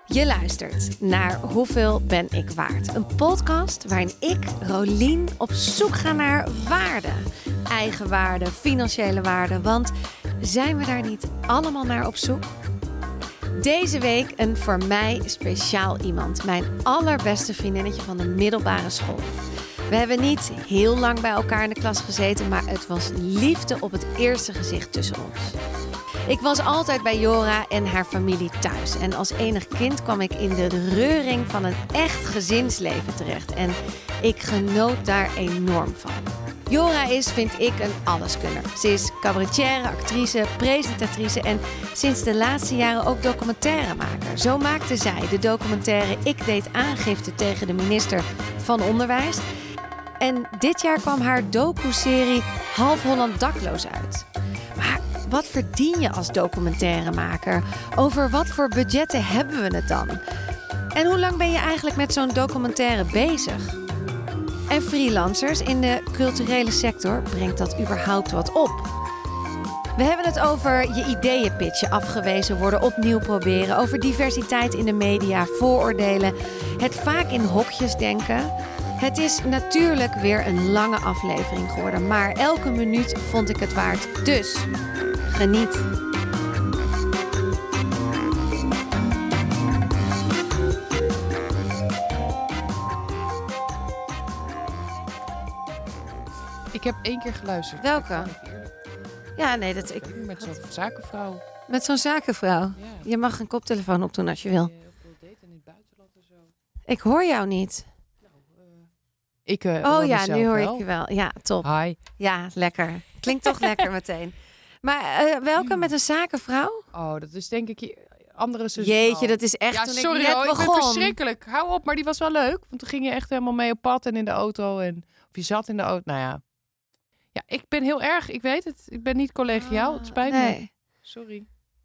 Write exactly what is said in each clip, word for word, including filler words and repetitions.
Je luistert naar Hoeveel ben ik waard? Een podcast waarin ik, Rolien, op zoek ga naar waarde. Eigenwaarde, financiële waarde. Want zijn we daar niet allemaal naar op zoek? Deze week een voor mij speciaal iemand. Mijn allerbeste vriendinnetje van de middelbare school. We hebben niet heel lang bij elkaar in de klas gezeten, maar het was liefde op het eerste gezicht tussen ons. Ik was altijd bij Jora en haar familie thuis. En als enig kind kwam ik in de reuring van een echt gezinsleven terecht. En ik genoot daar enorm van. Jora is, vind ik, een alleskunner. Ze is cabaretière, actrice, presentatrice en sinds de laatste jaren ook documentairemaker. Zo maakte zij de documentaire Ik deed aangifte tegen de minister van Onderwijs. En dit jaar kwam haar docu-serie Half Holland dakloos uit. Maar wat verdien je als documentairemaker? Over wat voor budgetten hebben we het dan? En hoe lang ben je eigenlijk met zo'n documentaire bezig? En freelancers in de culturele sector, brengt dat überhaupt wat op? We hebben het over je ideeën pitchen, afgewezen worden, opnieuw proberen. Over diversiteit in de media, vooroordelen, het vaak in hokjes denken. Het is natuurlijk weer een lange aflevering geworden, maar elke minuut vond ik het waard. Dus geniet. Ik heb één keer geluisterd. Welke? Ja, nee, dat ik. Met zo'n zakenvrouw. Met zo'n zakenvrouw. Ja. Je mag een koptelefoon opdoen als je wil. Die heel veel deed in het buitenland en zo. Ik hoor jou niet. Ik, uh, Oh hoor ja, mezelf nu hoor wel. ik je wel. Ja, top. Hi. Ja, lekker. Klinkt toch lekker meteen. Maar uh, welke met een zakenvrouw? Oh, dat is denk ik je andere zus. Jeetje, dat is echt Ja, toen sorry ik net hoor, ik ben begon. verschrikkelijk. Hou op, maar die was wel leuk. Want toen ging je echt helemaal mee op pad en in de auto. En, of je zat in de auto. Nou ja. Ja, ik ben heel erg, ik weet het. Ik ben niet collegiaal. Het spijt me. Nee. Sorry.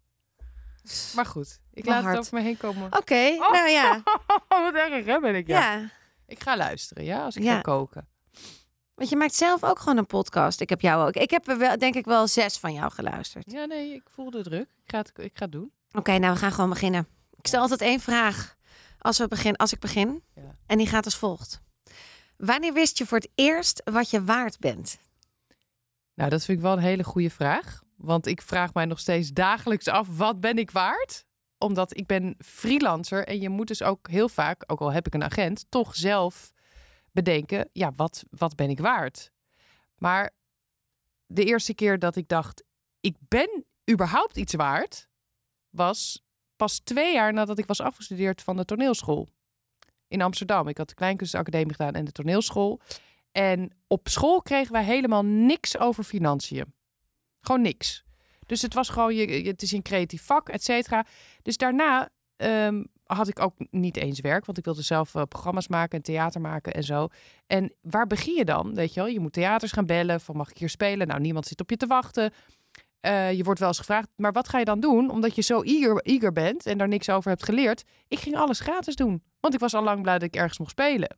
Maar goed, ik Mijn laat hart. het over me heen komen. Oké, okay, Oh. nou ja. Wat erg hè, ben ik. Ja. Ja. Ik ga luisteren, ja, als ik Ja. ga koken. Want je maakt zelf ook gewoon een podcast. Ik heb jou ook. Ik heb er wel, denk ik wel zes van jou geluisterd. Ja, nee, ik voel de druk. Ik ga het, ik ga het doen. Oké, okay, nou we gaan gewoon beginnen. Ik stel altijd één vraag als, we begin, als ik begin. Ja. En die gaat als volgt. Wanneer wist je voor het eerst wat je waard bent? Nou, dat vind ik wel een hele goede vraag. Want ik vraag mij nog steeds dagelijks af, wat ben ik waard? Omdat ik ben freelancer en je moet dus ook heel vaak, ook al heb ik een agent, toch zelf bedenken, ja, wat, wat ben ik waard? Maar de eerste keer dat ik dacht, ik ben überhaupt iets waard, was pas twee jaar nadat ik was afgestudeerd van de toneelschool in Amsterdam. Ik had de Kleinkunstacademie gedaan en de toneelschool. En op school kregen wij helemaal niks over financiën. Gewoon niks. Dus het was gewoon, je, het is een creatief vak, et cetera. Dus daarna um, had ik ook niet eens werk. Want ik wilde zelf uh, programma's maken en theater maken en zo. En waar begin je dan? Weet je wel, je moet theaters gaan bellen. Van mag ik hier spelen? Nou, niemand zit op je te wachten. Uh, je wordt wel eens gevraagd, maar wat ga je dan doen? Omdat je zo eager, eager bent en daar niks over hebt geleerd. Ik ging alles gratis doen. Want ik was al lang blij dat ik ergens mocht spelen.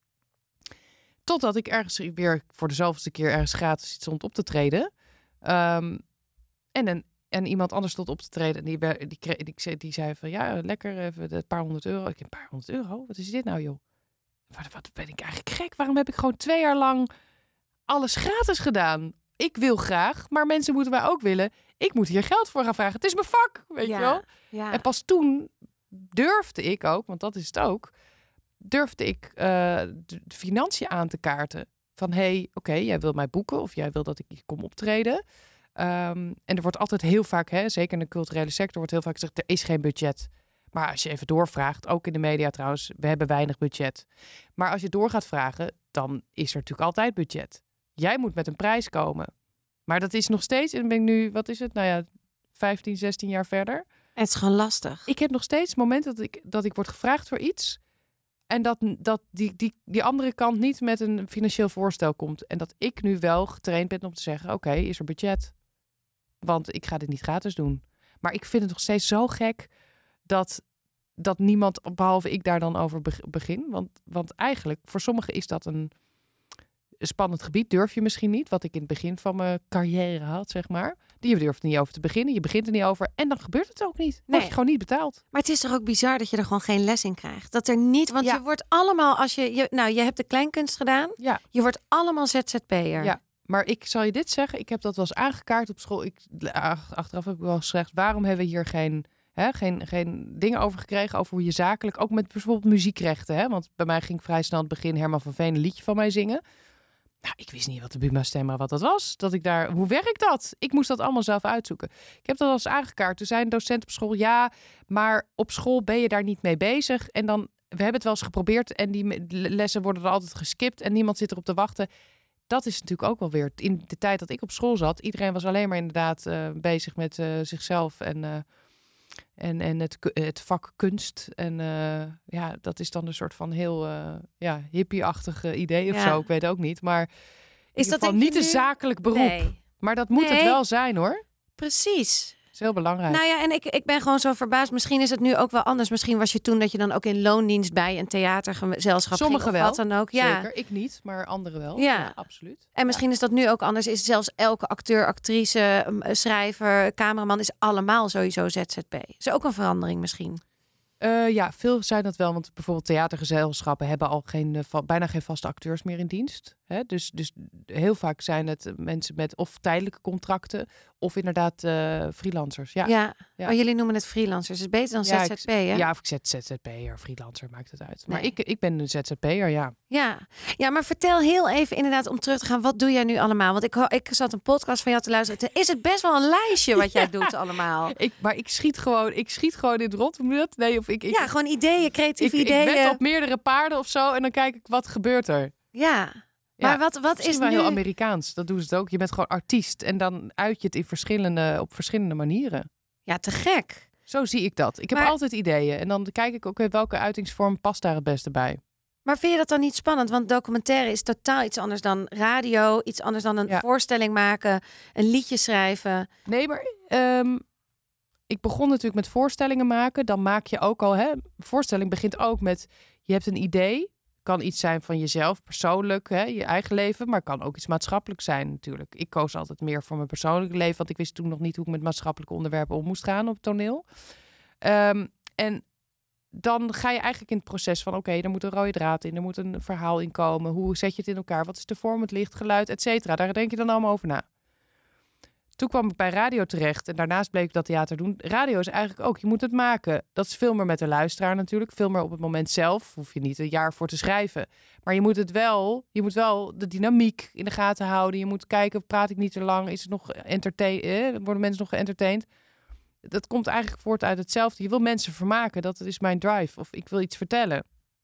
Totdat ik ergens weer voor de zoveelste keer ergens gratis stond op te treden. Um, en, een, en iemand anders stond op te treden. En die, die, die, die, die zei van ja, lekker even een paar honderd euro. Ik een paar honderd euro? Wat is dit nou joh? Wat, wat ben ik eigenlijk gek? Waarom heb ik gewoon twee jaar lang alles gratis gedaan? Ik wil graag, maar mensen moeten mij ook willen. Ik moet hier geld voor gaan vragen. Het is mijn vak, weet ja, je wel? Ja. En pas toen durfde ik ook, want dat is het ook, durfde ik uh, de financiën aan te kaarten. Van, hé, hey, oké, okay, jij wil mij boeken of jij wil dat ik hier kom optreden. Um, en er wordt altijd heel vaak, hè, zeker in de culturele sector, wordt heel vaak gezegd, er is geen budget. Maar als je even doorvraagt, ook in de media trouwens, we hebben weinig budget. Maar als je door gaat vragen, dan is er natuurlijk altijd budget. Jij moet met een prijs komen. Maar dat is nog steeds, en ben ik nu, wat is het, nou ja, vijftien, zestien jaar verder. Het is gewoon lastig. Ik heb nog steeds momenten dat ik, dat ik word gevraagd voor iets. En dat, dat die, die, die andere kant niet met een financieel voorstel komt. En dat ik nu wel getraind ben om te zeggen, oké, okay, is er budget? Want ik ga dit niet gratis doen. Maar ik vind het nog steeds zo gek dat, dat niemand, behalve ik, daar dan over begin. Want, want eigenlijk, voor sommigen is dat een spannend gebied. Durf je misschien niet, wat ik in het begin van mijn carrière had, zeg maar. Je durft er niet over te beginnen. Je begint er niet over. En dan gebeurt het ook niet. Dan Nee. word je gewoon niet betaald. Maar het is toch ook bizar dat je er gewoon geen les in krijgt. Dat er niet, want Ja. je wordt allemaal, als je, je, nou, je hebt de kleinkunst gedaan. Ja. Je wordt allemaal Z Z P'er. Ja. Maar ik zal je dit zeggen. Ik heb dat wel eens aangekaart op school. Ik, achteraf heb ik wel gezegd, waarom hebben we hier geen, hè, geen, geen dingen over gekregen over hoe je zakelijk, ook met bijvoorbeeld muziekrechten. Hè? Want bij mij ging vrij snel aan het begin Herman van Veen een liedje van mij zingen. Nou, ik wist niet wat de Buma Stemra, wat dat was. Dat ik daar, hoe werkt dat? Ik moest dat allemaal zelf uitzoeken. Ik heb dat al eens aangekaart. Toen zei een docent op school, ja, maar op school ben je daar niet mee bezig. En dan, we hebben het wel eens geprobeerd en die lessen worden er altijd geskipt en niemand zit erop te wachten. Dat is natuurlijk ook wel weer, in de tijd dat ik op school zat, iedereen was alleen maar inderdaad uh, bezig met uh, zichzelf en, uh, en, en het, het vak kunst. En uh, ja, dat is dan een soort van heel uh, ja, hippie-achtige idee of Ja. zo. Ik weet ook niet. Maar Is in dat geval denk je niet een nu? zakelijk beroep. Nee, Maar dat moet Nee. het wel zijn, hoor. precies. Dat is heel belangrijk. Nou ja, en ik, ik ben gewoon zo verbaasd. Misschien is het nu ook wel anders. Misschien was je toen dat je dan ook in loondienst bij een theatergezelschap ging. Sommigen of wel. wat dan ook. Ja. Zeker. Ik niet, maar anderen wel. Ja. Ja, absoluut. En misschien is dat nu ook anders. Is zelfs elke acteur, actrice, m, schrijver, cameraman is allemaal sowieso Z Z P. Is ook een verandering misschien. Uh, ja, veel zijn dat wel. Want bijvoorbeeld theatergezelschappen hebben al geen, uh, va- bijna geen vaste acteurs meer in dienst. Hè? Dus, dus heel vaak zijn het uh, mensen met of tijdelijke contracten of inderdaad uh, freelancers. Ja, Ja. Ja. Oh, jullie noemen het freelancers. Is beter dan Ja, Z Z P, hè? ja, of ik zet Z Z P'er, freelancer, maakt het uit. Maar Nee. ik, ik ben een Z Z P'er, ja. Ja. Ja, maar vertel heel even inderdaad om terug te gaan. Wat doe jij nu allemaal? Want ik, ho- ik zat een podcast van jou te luisteren. Is het best wel een lijstje wat jij doet allemaal? Ik, maar ik schiet gewoon, ik schiet gewoon in het rot. Hoe moet je dat? Nee, of ik, ik, Ja, gewoon ideeën, ik, creatieve ik, ik ideeën. wed op meerdere paarden of zo en dan kijk ik wat gebeurt er. Ja. Ja, Maar wat, wat Misschien is wel nu... heel Amerikaans. Dat doen ze het ook. Je bent gewoon artiest en dan uit je het in verschillende, op verschillende manieren. Ja, te gek. Zo zie ik dat. Ik heb Maar- altijd ideeën. En dan kijk ik ook welke uitingsvorm past daar het beste bij. Maar vind je dat dan niet spannend? Want documentaire is totaal iets anders dan radio. Iets anders dan een Ja. voorstelling maken. Een liedje schrijven. Nee, maar um, ik begon natuurlijk met voorstellingen maken. Dan maak je ook al... Hè, voorstelling begint ook met... Je hebt een idee. Kan iets zijn van jezelf, persoonlijk, hè, je eigen leven. Maar kan ook iets maatschappelijk zijn natuurlijk. Ik koos altijd meer voor mijn persoonlijke leven. Want ik wist toen nog niet hoe ik met maatschappelijke onderwerpen om moest gaan op het toneel. Um, en dan ga je eigenlijk in het proces van... oké, okay, er moet een rode draad in, er moet een verhaal in komen. Hoe zet je het in elkaar? Wat is de vorm, het licht, geluid, et cetera? Daar denk je dan allemaal over na. Toen kwam ik bij radio terecht en daarnaast bleek ik dat theater doen. Radio is eigenlijk ook, je moet het maken. Dat is veel meer met de luisteraar natuurlijk. Veel meer op het moment zelf. Hoef je niet een jaar voor te schrijven. Maar je moet het wel, je moet wel de dynamiek in de gaten houden. Je moet kijken, praat ik niet te lang? Is het nog entertain, eh? Worden mensen nog geëntertained? Dat komt eigenlijk voort uit hetzelfde. Je wil mensen vermaken, dat is mijn drive. Of ik wil iets vertellen.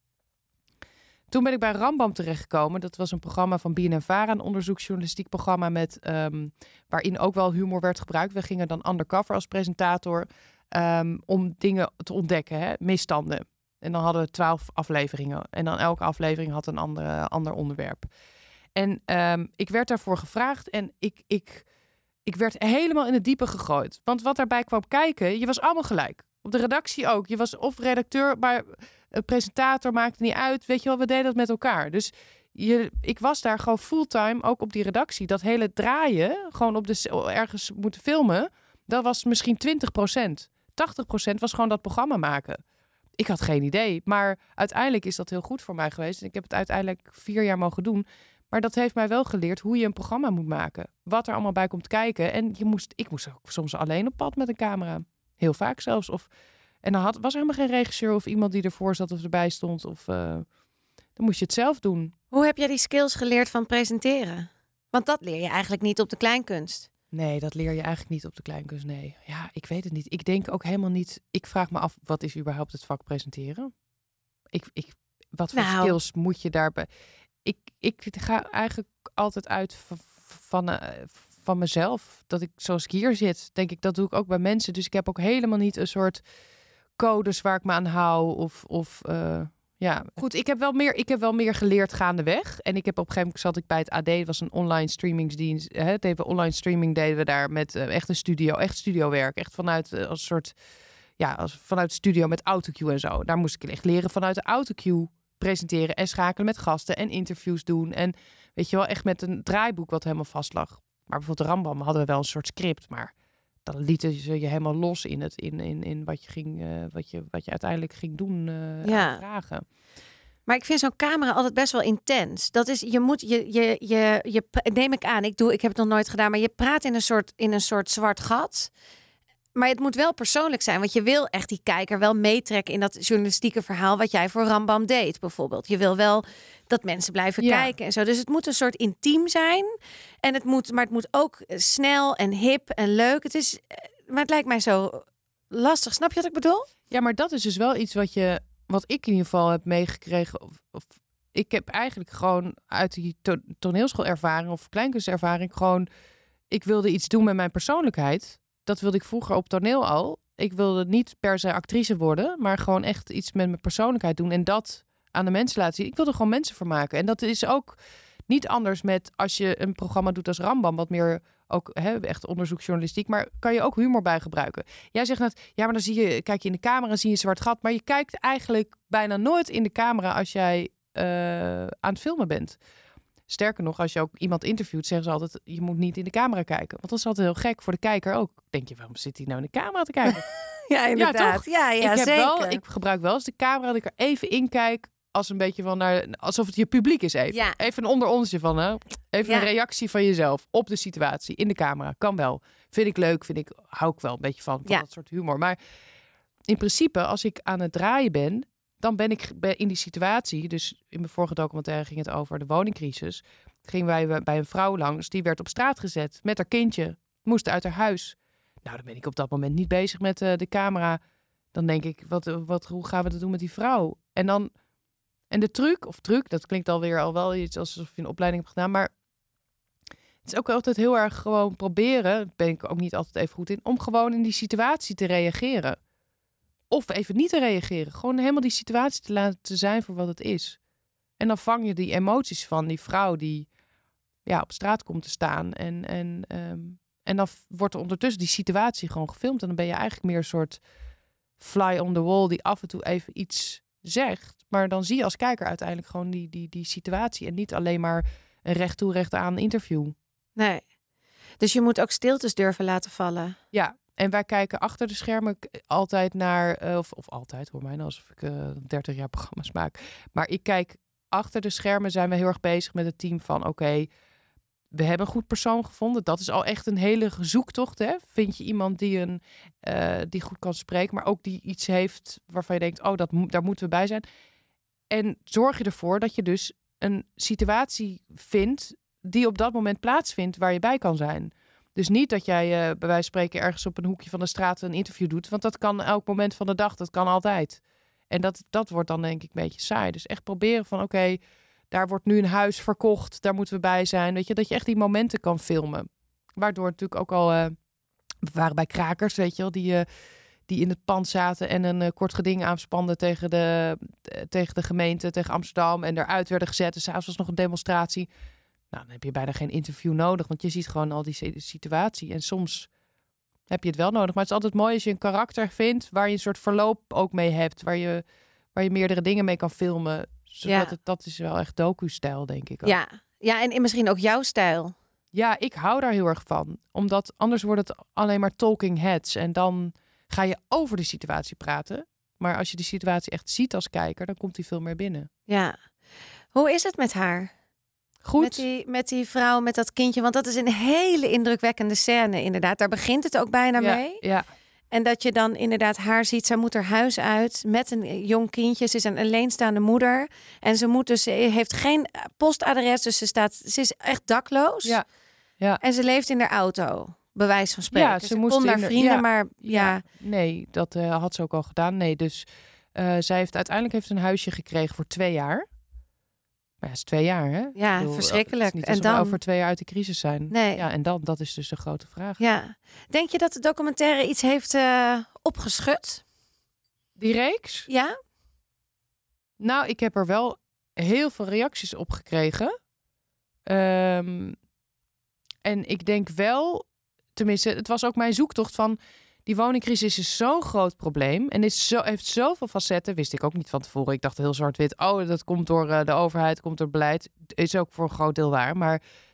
Toen ben ik bij Rambam terechtgekomen. Dat was een programma van B N N Vara, een onderzoeksjournalistiek programma met um, waarin ook wel humor werd gebruikt. We gingen dan undercover als presentator um, om dingen te ontdekken, hè? Misstanden. En dan hadden we twaalf afleveringen. En dan elke aflevering had een andere, ander onderwerp. En um, ik werd daarvoor gevraagd en ik, ik, ik werd helemaal in het diepe gegooid. Want wat daarbij kwam kijken, je was allemaal gelijk. Op de redactie ook. Je was of redacteur, maar een presentator, maakte niet uit. Weet je wel, we deden dat met elkaar. Dus je, ik was daar gewoon fulltime, ook op die redactie. Dat hele draaien, gewoon op de, ergens moeten filmen, dat was misschien twintig procent. tachtig procent was gewoon dat programma maken. Ik had geen idee. Maar uiteindelijk is dat heel goed voor mij geweest. En ik heb het uiteindelijk vier jaar mogen doen. Maar dat heeft mij wel geleerd hoe je een programma moet maken. Wat er allemaal bij komt kijken. En je moest, ik moest ook soms alleen op pad met een camera. Heel vaak zelfs. Of, en dan had, was er helemaal geen regisseur of iemand die ervoor zat of erbij stond. Of, uh, dan moest je het zelf doen. Hoe heb jij die skills geleerd van presenteren? Want dat leer je eigenlijk niet op de kleinkunst. Nee, dat leer je eigenlijk niet op de kleinkunst. Nee, ja, ik weet het niet. Ik denk ook helemaal niet... Ik vraag me af, wat is überhaupt het vak presenteren? Ik, ik, wat voor nou. skills moet je daarbij... Ik, ik ga eigenlijk altijd uit van, van, uh, van mezelf. Dat ik, zoals ik hier zit, denk ik, dat doe ik ook bij mensen. Dus ik heb ook helemaal niet een soort codes waar ik me aan hou. Of, of uh, ja, goed, ik heb, wel meer, ik heb wel meer geleerd gaandeweg. En ik heb op een gegeven moment zat ik bij het A D. Het was een online streamingsdienst. Hè, deden we online streaming deden we daar met uh, echt een studio, echt studiowerk. Echt vanuit uh, als soort, ja, als, vanuit de studio met autocue en zo. Daar moest ik echt leren vanuit de autocue presenteren en schakelen met gasten en interviews doen. En weet je wel, echt met een draaiboek wat helemaal vast lag. Maar bijvoorbeeld de Rambam hadden we wel een soort script, maar dan lieten ze je helemaal los in het in, in, in wat je ging, uh, wat je wat je uiteindelijk ging doen, uh, ja. vragen. Maar ik vind zo'n camera altijd best wel intens. Dat is, je moet, je, je, je, je, neem ik aan, ik doe, ik heb het nog nooit gedaan, maar je praat in een soort, in een soort zwart gat. Maar het moet wel persoonlijk zijn, want je wil echt die kijker wel meetrekken in dat journalistieke verhaal wat jij voor Rambam deed, bijvoorbeeld. Je wil wel dat mensen blijven ja. kijken en zo. Dus het moet een soort intiem zijn. En het moet, maar het moet ook snel en hip en leuk. Het is, maar het lijkt mij zo lastig. Snap je wat ik bedoel? Ja, maar dat is dus wel iets wat je, wat ik in ieder geval heb meegekregen. Of, of ik heb eigenlijk gewoon uit die to- toneelschoolervaring of kleinkunstervaring gewoon, ik wilde iets doen met mijn persoonlijkheid. Dat wilde ik vroeger op toneel al. Ik wilde niet per se actrice worden, maar gewoon echt iets met mijn persoonlijkheid doen. En dat aan de mensen laten zien. Ik wilde gewoon mensen vermaken. En dat is ook niet anders met als je een programma doet als Rambam, wat meer ook hè, echt onderzoeksjournalistiek, maar kan je ook humor bij gebruiken. Jij zegt net, ja, maar dan zie je, kijk je in de camera, zie je een zwart gat, maar je kijkt eigenlijk bijna nooit in de camera als jij uh, aan het filmen bent. Sterker nog, als je ook iemand interviewt, zeggen ze altijd, je moet niet in de camera kijken. Want dat is altijd heel gek voor de kijker ook. Denk je, waarom zit hij nou in de camera te kijken? Ja, inderdaad. Ja, ja, ik heb zeker. Wel, ik gebruik wel eens de camera dat ik er even in kijk, als een beetje van naar, alsof het je publiek is even. Ja. Even een onder onsje van, hè? Even ja. een reactie van jezelf op de situatie in de camera. Kan wel. Vind ik leuk, vind ik, hou ik wel een beetje van, van ja. dat soort humor. Maar in principe, als ik aan het draaien ben, dan ben ik in die situatie. Dus in mijn vorige documentaire ging het over de woningcrisis. Gingen wij bij een vrouw langs, die werd op straat gezet met haar kindje, moest uit haar huis. Nou, dan ben ik op dat moment niet bezig met uh, de camera. Dan denk ik, wat, wat, hoe gaan we dat doen met die vrouw? En dan, en de truc, of truc, dat klinkt alweer al wel iets alsof je een opleiding hebt gedaan, maar het is ook altijd heel erg gewoon proberen, daar ben ik ook niet altijd even goed in, om gewoon in die situatie te reageren. Of even niet te reageren. Gewoon helemaal die situatie te laten zijn voor wat het is. En dan vang je die emoties van die vrouw die ja, op straat komt te staan. En, en, um, en dan wordt er ondertussen die situatie gewoon gefilmd. En dan ben je eigenlijk meer een soort fly on the wall die af en toe even iets zegt. Maar dan zie je als kijker uiteindelijk gewoon die, die, die situatie. En niet alleen maar een recht toe, recht aan interview. Nee. Dus je moet ook stiltes durven laten vallen. Ja. En wij kijken achter de schermen altijd naar, uh, of, of altijd, hoor mij nou alsof ik uh, dertig jaar programma's maak. Maar ik kijk achter de schermen, zijn we heel erg bezig met het team van, oké, okay, we hebben een goed persoon gevonden. Dat is al echt een hele zoektocht, hè? Vind je iemand die, een, uh, die goed kan spreken, maar ook die iets heeft waarvan je denkt, oh, dat mo- daar moeten we bij zijn. En zorg je ervoor dat je dus een situatie vindt die op dat moment plaatsvindt waar je bij kan zijn. Dus niet dat jij uh, bij wijze van spreken ergens op een hoekje van de straat een interview doet. Want dat kan elk moment van de dag. Dat kan altijd. En dat, dat wordt dan denk ik een beetje saai. Dus echt proberen van oké, okay, daar wordt nu een huis verkocht. Daar moeten we bij zijn. Weet je, dat je echt die momenten kan filmen. Waardoor natuurlijk ook al, uh, we waren bij krakers, weet je wel. Die, uh, die in het pand zaten en een uh, kort geding aanspanden tegen de, uh, tegen de gemeente, tegen Amsterdam. En eruit werden gezet. En s'avonds was nog een demonstratie. Nou, dan heb je bijna geen interview nodig, want je ziet gewoon al die situatie. En soms heb je het wel nodig. Maar het is altijd mooi als je een karakter vindt waar je een soort verloop ook mee hebt. Waar je, waar je meerdere dingen mee kan filmen. Zodat ja. het, dat is wel echt docu-stijl, denk ik ook. Ja. ja, en misschien ook jouw stijl. Ja, ik hou daar heel erg van. Omdat anders wordt het alleen maar talking heads. En dan ga je over de situatie praten. Maar als je die situatie echt ziet als kijker, dan komt die veel meer binnen. Ja. Hoe is het met haar? Goed. Met die, met die vrouw, met dat kindje. Want dat is een hele indrukwekkende scène, inderdaad. Daar begint het ook bijna ja, mee. Ja. En dat je dan inderdaad haar ziet. Zij moet haar huis uit met een jong kindje. Ze is een alleenstaande moeder. En ze moet dus, ze heeft geen postadres. Dus ze, staat, ze is echt dakloos. Ja. Ja. En ze leeft in haar auto. Bewijs van spreken. Ja, ze, ze moest kon naar de, vrienden, ja, maar ja. ja. Nee, dat uh, had ze ook al gedaan. Nee, dus uh, zij heeft uiteindelijk heeft een huisje gekregen voor twee jaar. Maar ja, is twee jaar, hè? Ja, bedoel, verschrikkelijk. Het is niet en dan we over twee jaar uit de crisis zijn. Nee. Ja, en dan, dat is dus de grote vraag. Ja. Denk je dat de documentaire iets heeft uh, opgeschud? Die reeks? Ja. Nou, ik heb er wel heel veel reacties op gekregen. Um, en ik denk wel, tenminste, het was ook mijn zoektocht van, die woningcrisis is zo'n groot probleem en is zo, heeft zoveel facetten. Wist ik ook niet van tevoren. Ik dacht heel zwart-wit. Oh, dat komt door uh, de overheid, komt door beleid. Is ook voor een groot deel waar. Maar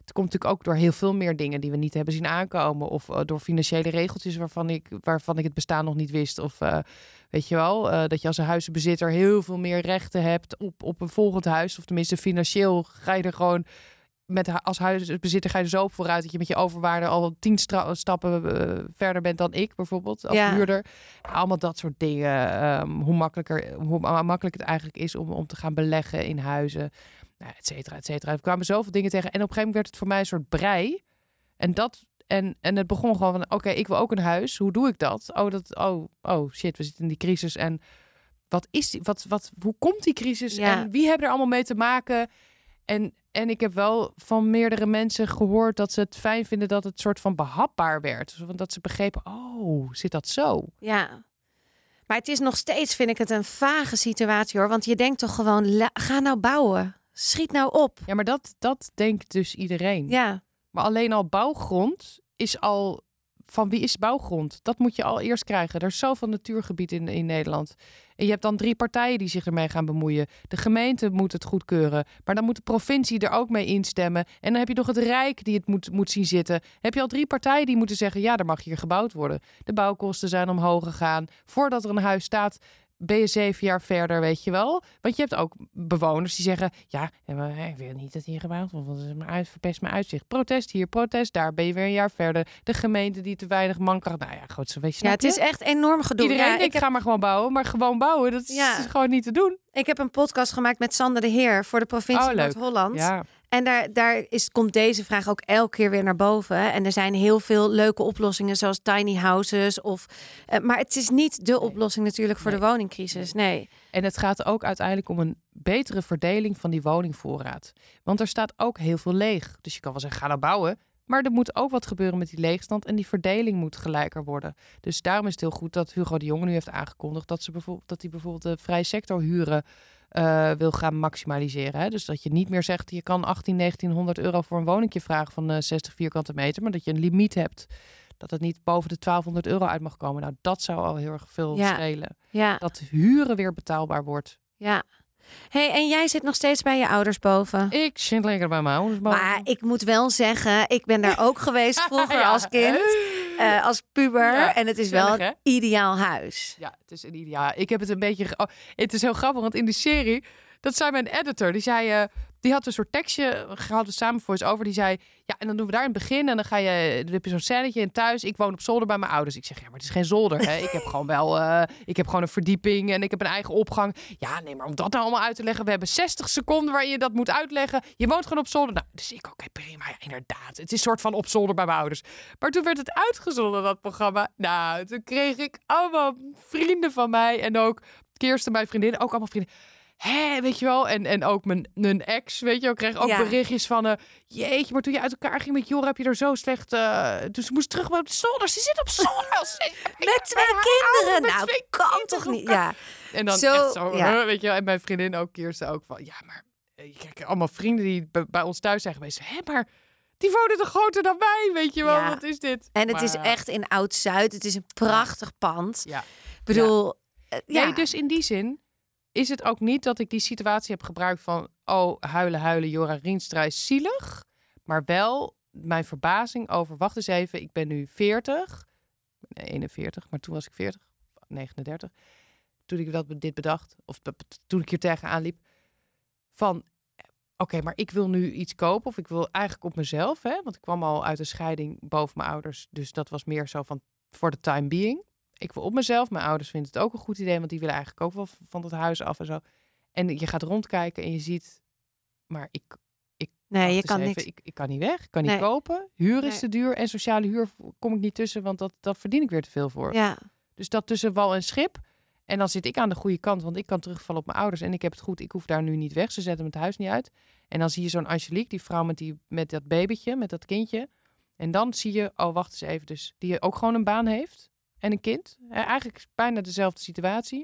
het komt natuurlijk ook door heel veel meer dingen die we niet hebben zien aankomen. Of uh, door financiële regeltjes waarvan ik, waarvan ik het bestaan nog niet wist. Of uh, weet je wel, uh, dat je als een huizenbezitter heel veel meer rechten hebt op, op een volgend huis. Of tenminste financieel ga je er gewoon... Met, als huisbezitter ga je er zo op vooruit dat je met je overwaarde al tien stra- stappen uh, verder bent dan ik bijvoorbeeld als ja. huurder. Allemaal dat soort dingen. Um, hoe makkelijker, hoe makkelijk het eigenlijk is om, om te gaan beleggen in huizen, nou, et cetera, et cetera. Er kwamen zoveel dingen tegen en op een gegeven moment werd het voor mij een soort brei. En dat en en het begon gewoon van, oké, okay, ik wil ook een huis. Hoe doe ik dat? Oh, dat, oh, oh shit, we zitten in die crisis en wat is die? Wat, wat, hoe komt die crisis Ja. en wie hebben er allemaal mee te maken? En, en ik heb wel van meerdere mensen gehoord dat ze het fijn vinden dat het soort van behapbaar werd. Want dat ze begrepen, oh, zit dat zo? Ja. Maar het is nog steeds, vind ik het, een vage situatie hoor. Want je denkt toch gewoon, la- ga nou bouwen. Schiet nou op. Ja, maar dat, dat denkt dus iedereen. Ja. Maar alleen al bouwgrond is al... Van wie is bouwgrond? Dat moet je al eerst krijgen. Er is zoveel natuurgebied in, in Nederland. En je hebt dan drie partijen die zich ermee gaan bemoeien. De gemeente moet het goedkeuren. Maar dan moet de provincie er ook mee instemmen. En dan heb je nog het Rijk die het moet, moet zien zitten. Heb je al drie partijen die moeten zeggen... ja, er mag hier gebouwd worden. De bouwkosten zijn omhoog gegaan. Voordat er een huis staat... ben je zeven jaar verder, weet je wel. Want je hebt ook bewoners die zeggen... ja, ik wil niet dat hier gebouwd wordt, want het is mijn uit, verpest mijn uitzicht. Protest hier, protest daar, ben je weer een jaar verder. De gemeente die te weinig mankracht... Nou ja, goed, zo weet je. Ja, het is echt enorm gedoe. Iedereen ja, denkt, ik heb... ga maar gewoon bouwen. Maar gewoon bouwen, dat is, Ja. is gewoon niet te doen. Ik heb een podcast gemaakt met Sander de Heer... voor de provincie Oh, leuk. Noord-Holland. Ja. En daar, daar is, komt deze vraag ook elke keer weer naar boven. En er zijn heel veel leuke oplossingen, zoals tiny houses. Of, uh, maar het is niet de oplossing natuurlijk voor Nee. de woningcrisis. Nee. En het gaat ook uiteindelijk om een betere verdeling van die woningvoorraad. Want er staat ook heel veel leeg. Dus je kan wel zeggen, ga nou bouwen. Maar er moet ook wat gebeuren met die leegstand en die verdeling moet gelijker worden. Dus daarom is het heel goed dat Hugo de Jonge nu heeft aangekondigd dat ze bijvoorbeeld dat hij bijvoorbeeld de vrije sector huren uh, wil gaan maximaliseren. Hè? Dus dat je niet meer zegt, je kan achttien, negentienhonderd euro voor een woningje vragen van uh, zestig vierkante meter, maar dat je een limiet hebt. Dat het niet boven de twaalfhonderd euro uit mag komen. Nou, dat zou al heel erg veel Ja. schelen. Ja, Dat huren weer betaalbaar wordt. ja. Hey, en jij zit nog steeds bij je ouders boven. Ik zit lekker bij mijn ouders. Maar ik moet wel zeggen, ik ben daar ook geweest vroeger Ja. als kind, uh, als puber. Ja, en het is wel gezellig, een ideaal huis. Ja, het is een ideaal. Ik heb het een beetje... ge- Oh, het is heel grappig, want in die serie... Dat zei mijn editor. Die zei... Uh, die had een soort tekstje gehad, we samen voice-over. Die zei... Ja, en dan doen we daar in het begin. En dan ga je... Dan heb je zo'n scènetje in thuis. Ik woon op zolder bij mijn ouders. Ik zeg, ja, maar het is geen zolder. Hè? Ik heb gewoon wel... Uh, ik heb gewoon een verdieping. En ik heb een eigen opgang. Ja, nee, maar om dat nou allemaal uit te leggen. We hebben zestig seconden waarin je dat moet uitleggen. Je woont gewoon op zolder. Nou, dus ik, oké, okay, prima. Ja, inderdaad. Het is een soort van op zolder bij mijn ouders. Maar toen werd het uitgezonden, dat programma. Nou, toen kreeg ik allemaal vrienden van mij. En ook Kirsten, mijn vriendin. Ook allemaal vrienden. Hé, weet je wel? En, en ook mijn, mijn ex, weet je wel, kreeg ook Ja. berichtjes van... Uh, jeetje, maar toen je uit elkaar ging met Jor, heb je er zo slecht... Uh, dus ze moest terug op de zolder. Ze zit op zolder. Met twee kinderen. met Nou, twee kan kinderen. toch niet? Hoe kan- Ja. En dan Zo, echt zo, ja. huh, weet je wel. En mijn vriendin ook, Kirsten ook van... Ja, maar uh, je krijgt allemaal vrienden die bij, bij ons thuis zijn geweest. Hé, maar die wonen toch groter dan wij, weet je wel? Ja. Wat is dit? En het Maar, is echt in Oud-Zuid. Het is een prachtig pand. Ja. Ik bedoel, uh, ja. Nee, dus in die zin is het ook niet dat ik die situatie heb gebruikt van... oh, huilen, huilen, Jora Rienstra is zielig. Maar wel mijn verbazing over... wacht eens even, ik ben nu veertig. Nee, eenenveertig, maar toen was ik veertig. negenendertig. Toen ik dat, dit bedacht. Of toen ik hier tegenaan liep. Van, oké, okay, maar ik wil nu iets kopen. Of ik wil eigenlijk op mezelf. Hè, want ik kwam al uit een scheiding boven mijn ouders. Dus dat was meer zo van, for the time being. Ik wil op mezelf. Mijn ouders vinden het ook een goed idee. Want die willen eigenlijk ook wel van het huis af en zo. En je gaat rondkijken en je ziet... Maar ik... ik Nee, je dus kan even, niks. Ik, ik kan niet weg. Ik kan niet Nee. kopen. Huur is Nee. te duur. En sociale huur kom ik niet tussen. Want dat, dat verdien ik weer te veel voor. Ja, Dus dat tussen wal en schip. En dan zit ik aan de goede kant. Want ik kan terugvallen op mijn ouders. En ik heb het goed. Ik hoef daar nu niet weg. Ze zetten me het huis niet uit. En dan zie je zo'n Angelique. Die vrouw met, die, met dat babytje. Met dat kindje. En dan zie je... Oh, wacht eens even. Dus die ook gewoon een baan heeft. En een kind. Eh, Eigenlijk bijna dezelfde situatie.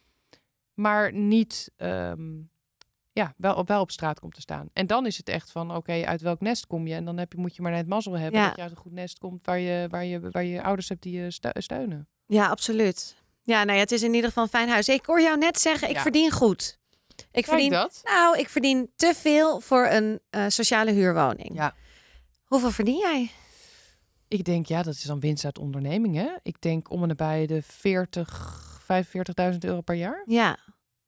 Maar niet... Um, ja, wel, wel op straat komt te staan. En dan is het echt van... Oké, okay, uit welk nest kom je? En dan heb je, moet je maar net mazzel hebben... Ja. dat je uit een goed nest komt... waar je, waar je, waar je ouders hebt die je stu- steunen. ja, absoluut. Ja, nou ja, het is in ieder geval een fijn huis. Ik hoor jou net zeggen, ik Ja. verdien goed. Ik Kijk verdien, dat? nou, ik verdien te veel voor een uh, sociale huurwoning. Ja. Hoeveel verdien jij? Ik denk, ja, dat is dan winst uit onderneming, hè? Ik denk om en nabij de veertig, vijfenveertigduizend euro per jaar. Ja.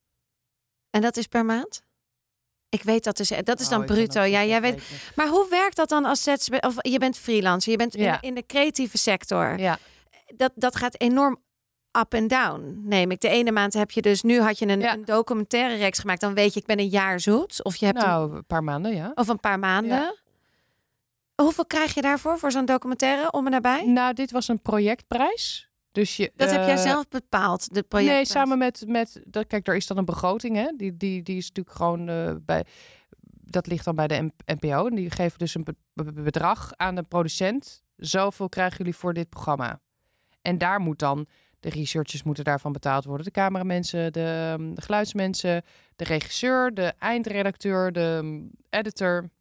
En dat is per maand? Ik weet dat dus. Dat is Oh, dan ik kan bruto. dat Ja, niet jij weet. rekenen. Maar hoe werkt dat dan als zet? Of je bent freelancer, je bent in, Ja. in de creatieve sector. Ja, Dat, dat gaat enorm up en down, neem ik. De ene maand heb je dus, nu had je een, Ja. een documentaire reeks gemaakt. Dan weet je, ik ben een jaar zoet. Of je hebt een, nou, een paar maanden, ja. of een paar maanden. Ja. Hoeveel krijg je daarvoor, voor zo'n documentaire, om en nabij? Nou, dit was een projectprijs. Dus je, Dat heb jij eh, zelf bepaald, de project. Nee, samen met, met dat, kijk, er is dan een begroting, hè? Die, die, die is natuurlijk gewoon eh, bij. Dat ligt dan bij de N P O. En die geven dus een be- be- bedrag aan de producent. Zoveel krijgen jullie voor dit programma. En daar moet dan de researchers moeten daarvan betaald worden. De cameramensen, de, de geluidsmensen, de regisseur, de eindredacteur, de um, editor.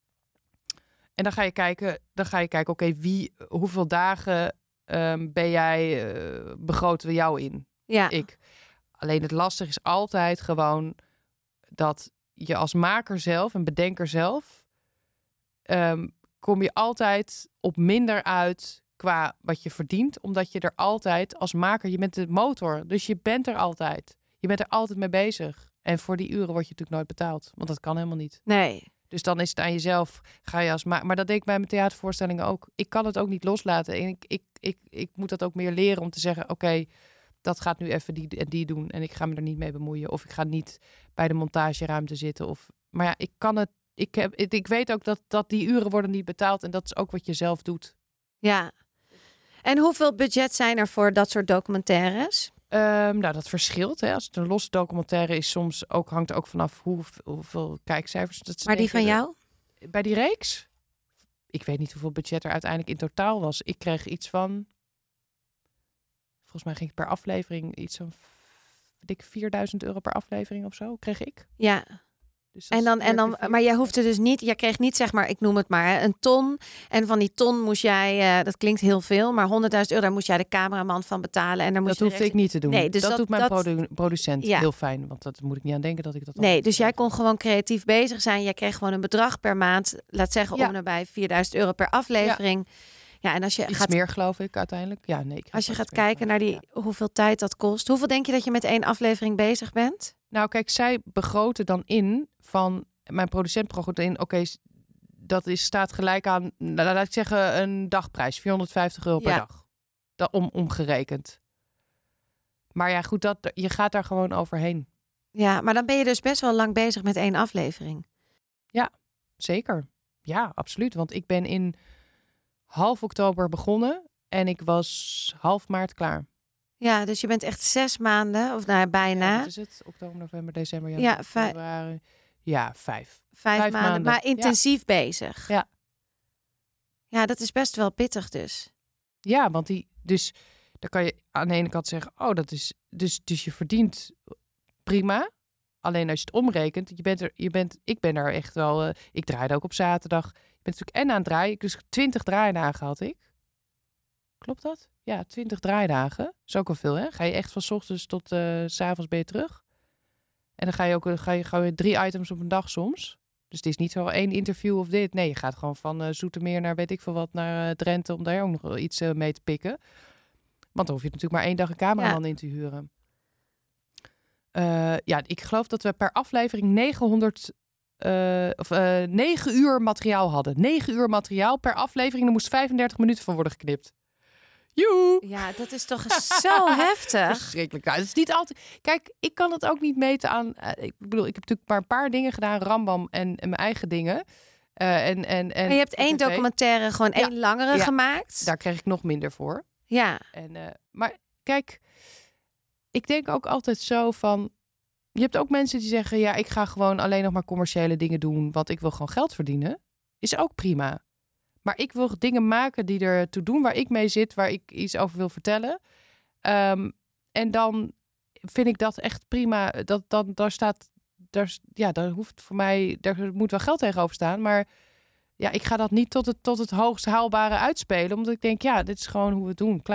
En dan ga je kijken, dan ga je kijken, oké, wie, hoeveel dagen um, ben jij, uh, begroten we jou in? Ja. Ik. Alleen het lastige is altijd gewoon dat je als maker zelf en bedenker zelf um, kom je altijd op minder uit qua wat je verdient, omdat je er altijd als maker, je bent de motor, dus je bent er altijd. Je bent er altijd mee bezig. En voor die uren word je natuurlijk nooit betaald, want dat kan helemaal niet. Nee. Dus dan is het aan jezelf, ga je als maker. Maar dat denk ik bij mijn theatervoorstellingen ook. Ik kan het ook niet loslaten. En ik, ik, ik, ik moet dat ook meer leren om te zeggen, oké, okay, dat gaat nu even die en die doen. En ik ga me er niet mee bemoeien. Of ik ga niet bij de montageruimte zitten. Of, maar ja, ik kan het. Ik, heb, ik weet ook dat, dat die uren worden niet betaald. En dat is ook wat je zelf doet. Ja. En hoeveel budget zijn er voor dat soort documentaires? Um, nou, dat verschilt. Hè. Als het een losse documentaire is, soms ook hangt er ook vanaf hoe, hoeveel kijkcijfers. Dat maar die van jou? Bij die reeks? Ik weet niet hoeveel budget er uiteindelijk in totaal was. Ik kreeg iets van. Volgens mij ging het per aflevering iets van dik vierduizend euro per aflevering of zo. Kreeg ik. Ja. Dus en dan, en dan, maar jij hoefde dus niet, jij kreeg niet zeg maar, ik noem het maar, een ton. En van die ton moest jij, uh, dat klinkt heel veel, maar honderdduizend euro, daar moest jij de cameraman van betalen. En daar moest dat hoefde ik niet te doen. Nee, dus dat, dat doet mijn dat, produ- producent ja. heel fijn, want dat moet ik niet aan denken dat ik dat. Nee, dus jij kon gewoon creatief bezig zijn. Jij kreeg gewoon een bedrag per maand, laat zeggen ja. om en bij vierduizend euro per aflevering. Ja. Ja, en als je iets gaat, meer geloof ik uiteindelijk. Ja, nee. Ik als je gaat kijken naar die ja. hoeveel tijd dat kost, hoeveel denk je dat je met één aflevering bezig bent? Nou, kijk, zij begroten dan in van. Mijn producent begroot in, oké, okay, dat is, staat gelijk aan, nou, laat ik zeggen, een dagprijs. vierhonderdvijftig euro per ja. dag. Dat, om, omgerekend. Maar ja, goed, dat, je gaat daar gewoon overheen. Ja, maar dan ben je dus best wel lang bezig met één aflevering. Ja, zeker. Ja, absoluut. Want ik ben in half oktober begonnen en ik was half maart klaar. Ja, dus je bent echt zes maanden, of nou bijna. Ja, wat is het? Oktober, november, december, januari, ja, vijf. februari. Ja, vijf. Vijf, vijf maanden, maanden, maar intensief ja. bezig. Ja. Ja, dat is best wel pittig dus. Ja, want die, dus dan kan je aan de ene kant zeggen, oh, dat is, dus, dus je verdient prima. Alleen als je het omrekent, je bent er, je bent, ik ben er echt wel, uh, ik draaide ook op zaterdag. Je bent natuurlijk en aan het draaien, dus twintig draaidagen had ik. Klopt dat? Ja, twintig draaidagen. Is ook wel veel, hè? Ga je echt van 's ochtends tot uh, 's avonds ben je terug. En dan ga je ook ga je, ga je drie items op een dag soms. Dus het is niet zo één interview of dit. Nee, je gaat gewoon van uh, Zoetermeer naar weet ik veel wat, naar uh, Drenthe, om daar ook nog iets uh, mee te pikken. Want dan hoef je natuurlijk maar één dag een cameraman ja. in te huren. Uh, ja, ik geloof dat we per aflevering negenhonderd uh, of uh, negen uur materiaal hadden. negen uur materiaal per aflevering. Er moest vijfendertig minuten van worden geknipt. Joe! Ja, dat is toch zo heftig. Verschrikkelijk. Nou, het is niet altijd. Kijk, ik kan het ook niet meten aan. Uh, ik bedoel, ik heb natuurlijk maar een paar dingen gedaan, Rambam en, en mijn eigen dingen. Uh, en, en, en maar je hebt één documentaire, gewoon ja. één langere ja. gemaakt. Daar kreeg ik nog minder voor. Ja. En, uh, maar kijk, ik denk ook altijd zo van. Je hebt ook mensen die zeggen, ja, ik ga gewoon alleen nog maar commerciële dingen doen, want ik wil gewoon geld verdienen. Is ook prima. Maar ik wil dingen maken die er toe doen, waar ik mee zit, waar ik iets over wil vertellen. Um, en dan vind ik dat echt prima. Dat, dan, daar staat, daar, ja, daar hoeft voor mij, daar moet wel geld tegenover staan. Maar ja, ik ga dat niet tot het, tot het hoogst haalbare uitspelen. Omdat ik denk, ja, dit is gewoon hoe we het doen. Klaar. Ja,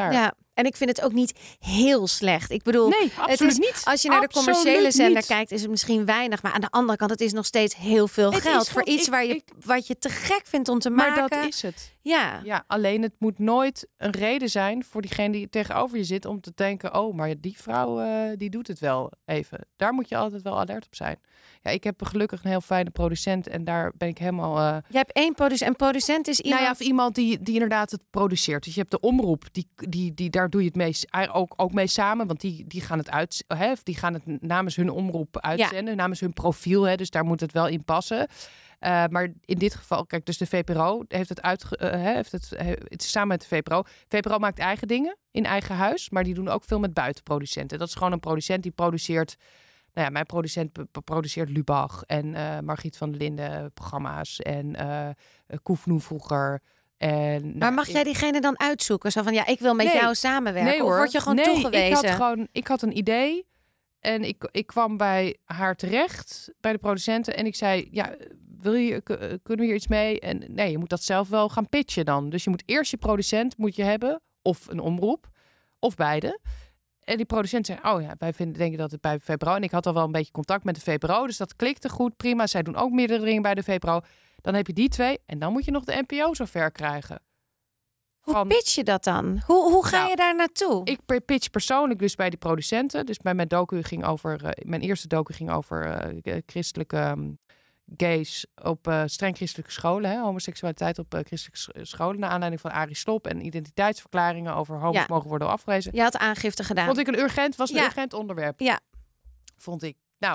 En ik vind het ook niet heel slecht. Ik bedoel, nee, het is, niet. als je naar absoluut de commerciële zender niet. kijkt, is het misschien weinig. Maar aan de andere kant, het is nog steeds heel veel het geld. Is, voor iets ik, waar je, ik, wat je te gek vindt om te maar maken. Maar dat is het. Ja. ja, alleen het moet nooit een reden zijn voor diegene die tegenover je zit om te denken, oh, maar die vrouw uh, die doet het wel even. Daar moet je altijd wel alert op zijn. Ja, ik heb gelukkig een heel fijne producent en daar ben ik helemaal... Uh... Je hebt één producent. En producent is iemand... Nou ja, of iemand die, die inderdaad het produceert. Dus je hebt de omroep, die, die, die, daar doe je het mee, ook, ook mee samen. Want die, die gaan het uit, hè, die gaan het namens hun omroep uitzenden, ja. namens hun profiel. Hè, dus daar moet het wel in passen. Uh, maar in dit geval, kijk, dus de V P R O heeft het uit, uh, heeft het, uh, het is samen met de V P R O. V P R O maakt eigen dingen in eigen huis, maar die doen ook veel met buitenproducenten. Dat is gewoon een producent die produceert. Nou ja, mijn producent produceert Lubach en uh, Margriet van der Linden programma's en uh, Koefnoe vroeger. En, nou, maar mag jij diegene dan uitzoeken? Zo van, ja, ik wil met nee, jou samenwerken. Nee, hoor. Of word je gewoon nee, toegewezen? Ik had gewoon, ik had een idee en ik, ik kwam bij haar terecht, bij de producenten. En ik zei, ja, wil je, kunnen we hier iets mee? En nee, je moet dat zelf wel gaan pitchen dan. Dus je moet eerst je producent moet je hebben, of een omroep, of beide. En die producent zei, oh ja, wij vinden, denken dat het bij V P R O... En ik had al wel een beetje contact met de V P R O, dus dat klikte goed, prima. Zij doen ook meerdere dingen bij de V P R O. Dan heb je die twee en dan moet je nog de N P O zover krijgen. Hoe Van, pitch je dat dan? Hoe, hoe ga nou, je daar naartoe? Ik pitch persoonlijk dus bij die producenten. Dus bij mijn docu ging over... Uh, mijn eerste docu ging over uh, christelijke um, gays op uh, streng christelijke scholen. Hè, homoseksualiteit op uh, christelijke scholen. Naar aanleiding van Arie Slob en identiteitsverklaringen over homo's ja. mogen worden afgewezen. Je had aangifte gedaan. Vond ik een urgent, was een ja. urgent onderwerp. Ja. Vond ik. Nou,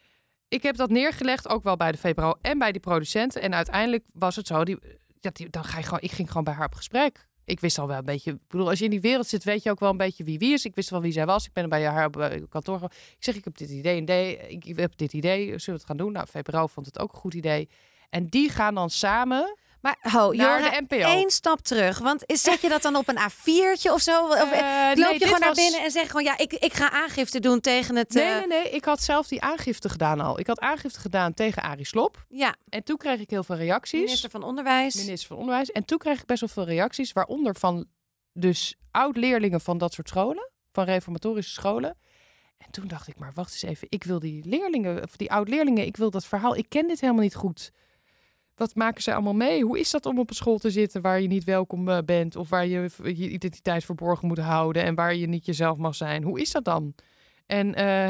ik heb dat neergelegd, ook wel bij de V P R O en bij die producenten. En uiteindelijk was het zo, die, ja, die, dan ga je gewoon, ik ging gewoon bij haar op gesprek. Ik wist al wel een beetje, ik bedoel, als je in die wereld zit, weet je ook wel een beetje wie wie is. Ik wist wel wie zij was. Ik ben bij haar op kantoor. Ik zeg, ik heb dit idee en idee. Ik heb dit idee. Zullen we het gaan doen? Nou, V P R O vond het ook een goed idee. En die gaan dan samen... Maar ho, naar Jora, de N P O. één stap terug. Want is, zet je dat dan op een A viertje of zo? Of Uh, loop nee, je gewoon naar was... binnen en zeg gewoon... ja, ik, ik ga aangifte doen tegen het... Nee, uh... nee, nee. Ik had zelf die aangifte gedaan al. Ik had aangifte gedaan tegen Arie Slob. Ja. En toen kreeg ik heel veel reacties. Minister van Onderwijs. Minister van Onderwijs. En toen kreeg ik best wel veel reacties. Waaronder van dus oud-leerlingen van dat soort scholen. Van reformatorische scholen. En toen dacht ik, maar wacht eens even. Ik wil die leerlingen, of die oud-leerlingen... Ik wil dat verhaal. Ik ken dit helemaal niet goed. Wat maken ze allemaal mee? Hoe is dat om op een school te zitten waar je niet welkom bent of waar je je identiteit verborgen moet houden en waar je niet jezelf mag zijn? Hoe is dat dan? En uh,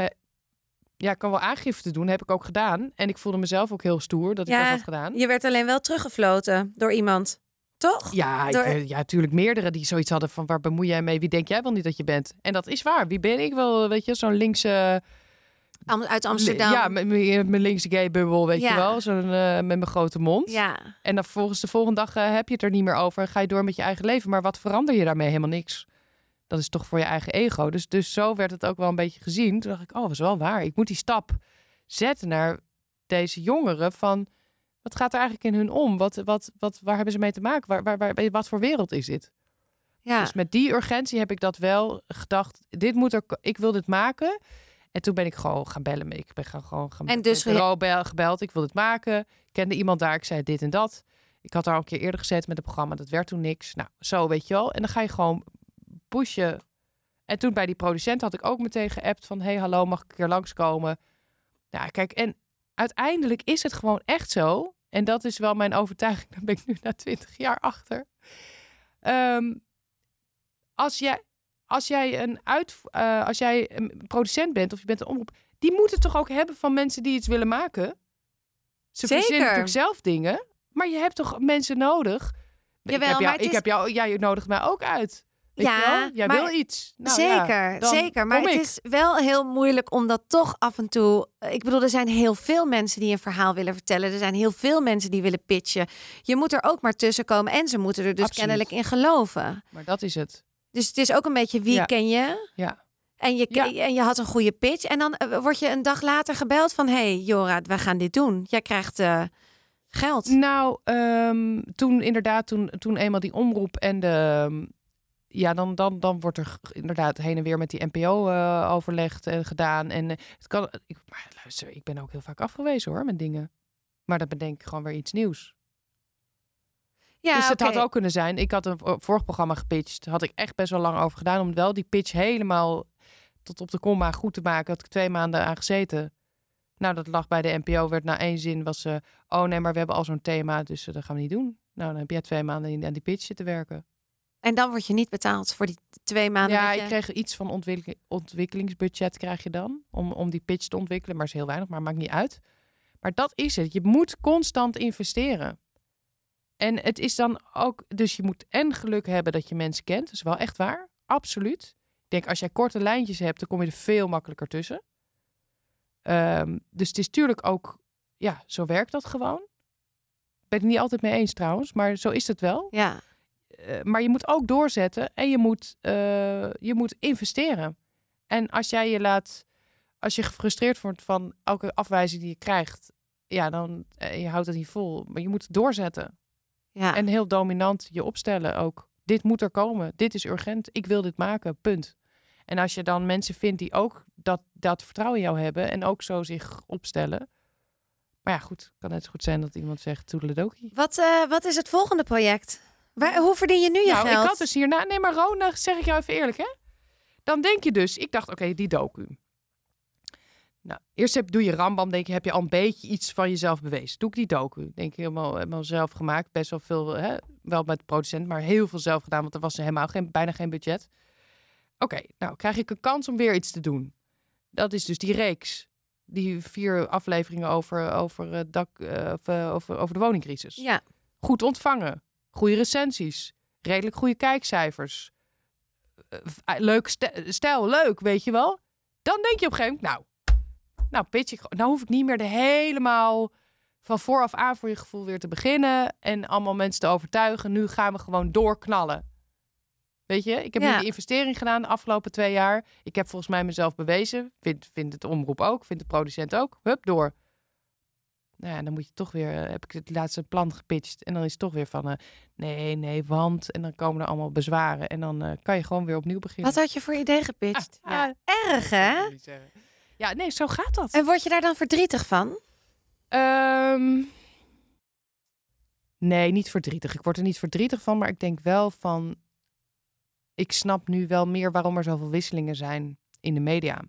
ja, ik kan wel aangifte doen, heb ik ook gedaan. En ik voelde mezelf ook heel stoer dat ja, ik dat had gedaan. Je werd alleen wel teruggefloten door iemand, toch? Ja, door... ik, ja, natuurlijk meerdere die zoiets hadden van waar bemoei jij mee? Wie denk jij wel niet dat je bent? En dat is waar. Wie ben ik wel? Weet je, zo'n linkse... Uit Amsterdam. Ja, met mijn linkse gay-bubbel, weet ja. je wel. Zo'n uh, met mijn grote mond. Ja. En dan volgens de volgende dag uh, heb je het er niet meer over. En ga je door met je eigen leven. Maar wat verander je daarmee? Helemaal niks. Dat is toch voor je eigen ego. Dus, dus zo werd het ook wel een beetje gezien. Toen dacht ik, oh, dat is wel waar. Ik moet die stap zetten naar deze jongeren van... Wat gaat er eigenlijk in hun om? Wat, wat, wat, waar hebben ze mee te maken? Waar, waar, waar, wat voor wereld is dit? Ja. Dus met die urgentie heb ik dat wel gedacht. Dit moet er, ik wil dit maken... En toen ben ik gewoon gaan bellen. Ik ben gewoon gaan en dus bureau gebeld. Ik wil dit maken. Ik kende iemand daar. Ik zei dit en dat. Ik had daar al een keer eerder gezet met het programma. Dat werd toen niks. Nou, zo weet je wel. En dan ga je gewoon pushen. En toen bij die producent had ik ook meteen geappt van... hey, hallo, mag ik een keer langskomen? Ja, kijk, en uiteindelijk is het gewoon echt zo. En dat is wel mijn overtuiging. Daar ben ik nu na twintig jaar achter. Um, als jij... Als jij, een uit, uh, als jij een producent bent of je bent een omroep... die moet het toch ook hebben van mensen die iets willen maken? Ze verzinnen natuurlijk zelf dingen. Maar je hebt toch mensen nodig? Jawel, ik heb jou, maar het ik is... heb jou, jij nodigt mij ook uit. Weet ja, je wel? Jij maar... wil iets. Nou, zeker, ja, zeker. Maar het ik. is wel heel moeilijk om dat toch af en toe... Ik bedoel, er zijn heel veel mensen die een verhaal willen vertellen. Er zijn heel veel mensen die willen pitchen. Je moet er ook maar tussen komen. En ze moeten er dus Absoluut. kennelijk in geloven. Maar dat is het. Dus het is ook een beetje wie ja. ken je? Ja. En je, ja. en je had een goede pitch. En dan uh, word je een dag later gebeld van... hey, Jora, we gaan dit doen. Jij krijgt uh, geld. Nou, um, toen inderdaad, toen, toen eenmaal die omroep en de... Um, ja, dan, dan, dan wordt er inderdaad heen en weer met die N P O uh, overlegd en gedaan. En uh, het kan... Ik, maar luister, ik ben ook heel vaak afgewezen hoor, met dingen. Maar dan bedenk ik gewoon weer iets nieuws. Ja, dus het oké. had ook kunnen zijn. Ik had een vorig programma gepitcht. Had ik echt best wel lang over gedaan. Om wel die pitch helemaal tot op de komma goed te maken. Had ik twee maanden aan gezeten. Nou, dat lag bij de N P O. Werd na één zin was ze... oh nee, maar we hebben al zo'n thema. Dus uh, dat gaan we niet doen. Nou, dan heb jij twee maanden aan die pitch zitten werken. En dan word je niet betaald voor die twee maanden. Ja, dat je... ik kreeg iets van ontwikkeling, ontwikkelingsbudget krijg je dan. Om, om die pitch te ontwikkelen. Maar is heel weinig, maar maakt niet uit. Maar dat is het. Je moet constant investeren. En het is dan ook... Dus je moet en geluk hebben dat je mensen kent. Dat is wel echt waar. Absoluut. Ik denk, als jij korte lijntjes hebt, dan kom je er veel makkelijker tussen. Um, dus het is natuurlijk ook... Ja, zo werkt dat gewoon. Ik ben het niet altijd mee eens trouwens. Maar zo is het wel. Ja. Uh, maar je moet ook doorzetten. En je moet, uh, je moet investeren. En als jij je laat... Als je gefrustreerd wordt van elke afwijzing die je krijgt... Ja, dan... Uh, je houdt het niet vol. Maar je moet doorzetten. Ja. En heel dominant je opstellen ook. Dit moet er komen. Dit is urgent. Ik wil dit maken. Punt. En als je dan mensen vindt die ook dat, dat vertrouwen in jou hebben... en ook zo zich opstellen... Maar ja, goed. Kan net zo goed zijn dat iemand zegt... toedeledokie. Wat, uh, wat is het volgende project? Waar, hoe verdien je nu je nou, geld? Ik had dus hierna... Nee, maar Rona, zeg ik jou even eerlijk, hè? Dan denk je dus... Ik dacht, oké, okay, die docu. Nou, eerst heb, doe je Rambam, denk je, heb je al een beetje iets van jezelf bewezen. Doe ik die docu. Denk je, helemaal, helemaal zelf gemaakt. Best wel veel, hè, wel met de producent, maar heel veel zelf gedaan. Want er was helemaal geen, bijna geen budget. Oké, okay, nou krijg ik een kans om weer iets te doen. Dat is dus die reeks. Die vier afleveringen over, over, uh, dak, uh, of, uh, over, over de woningcrisis. Ja. Goed ontvangen. Goede recensies. Redelijk goede kijkcijfers. Uh, leuk stijl, leuk, weet je wel. Dan denk je op een gegeven moment, nou... Nou, pitch ik. Nou hoef ik niet meer de helemaal van vooraf aan voor je gevoel weer te beginnen. En allemaal mensen te overtuigen. Nu gaan we gewoon doorknallen. Weet je, ik heb ja. nu de investering gedaan de afgelopen twee jaar. Ik heb volgens mij mezelf bewezen. Vindt vind het omroep ook, vindt de producent ook. Hup, door. Nou ja, dan moet je toch weer... Uh, heb ik het laatste plan gepitcht. En dan is het toch weer van... Uh, nee, nee, want... En dan komen er allemaal bezwaren. En dan uh, kan je gewoon weer opnieuw beginnen. Wat had je voor idee gepitcht? Ah, ja. ah, erg, hè? Ja, nee, zo gaat dat. En word je daar dan verdrietig van? Um, nee, niet verdrietig. Ik word er niet verdrietig van, maar ik denk wel van... Ik snap nu wel meer waarom er zoveel wisselingen zijn in de media.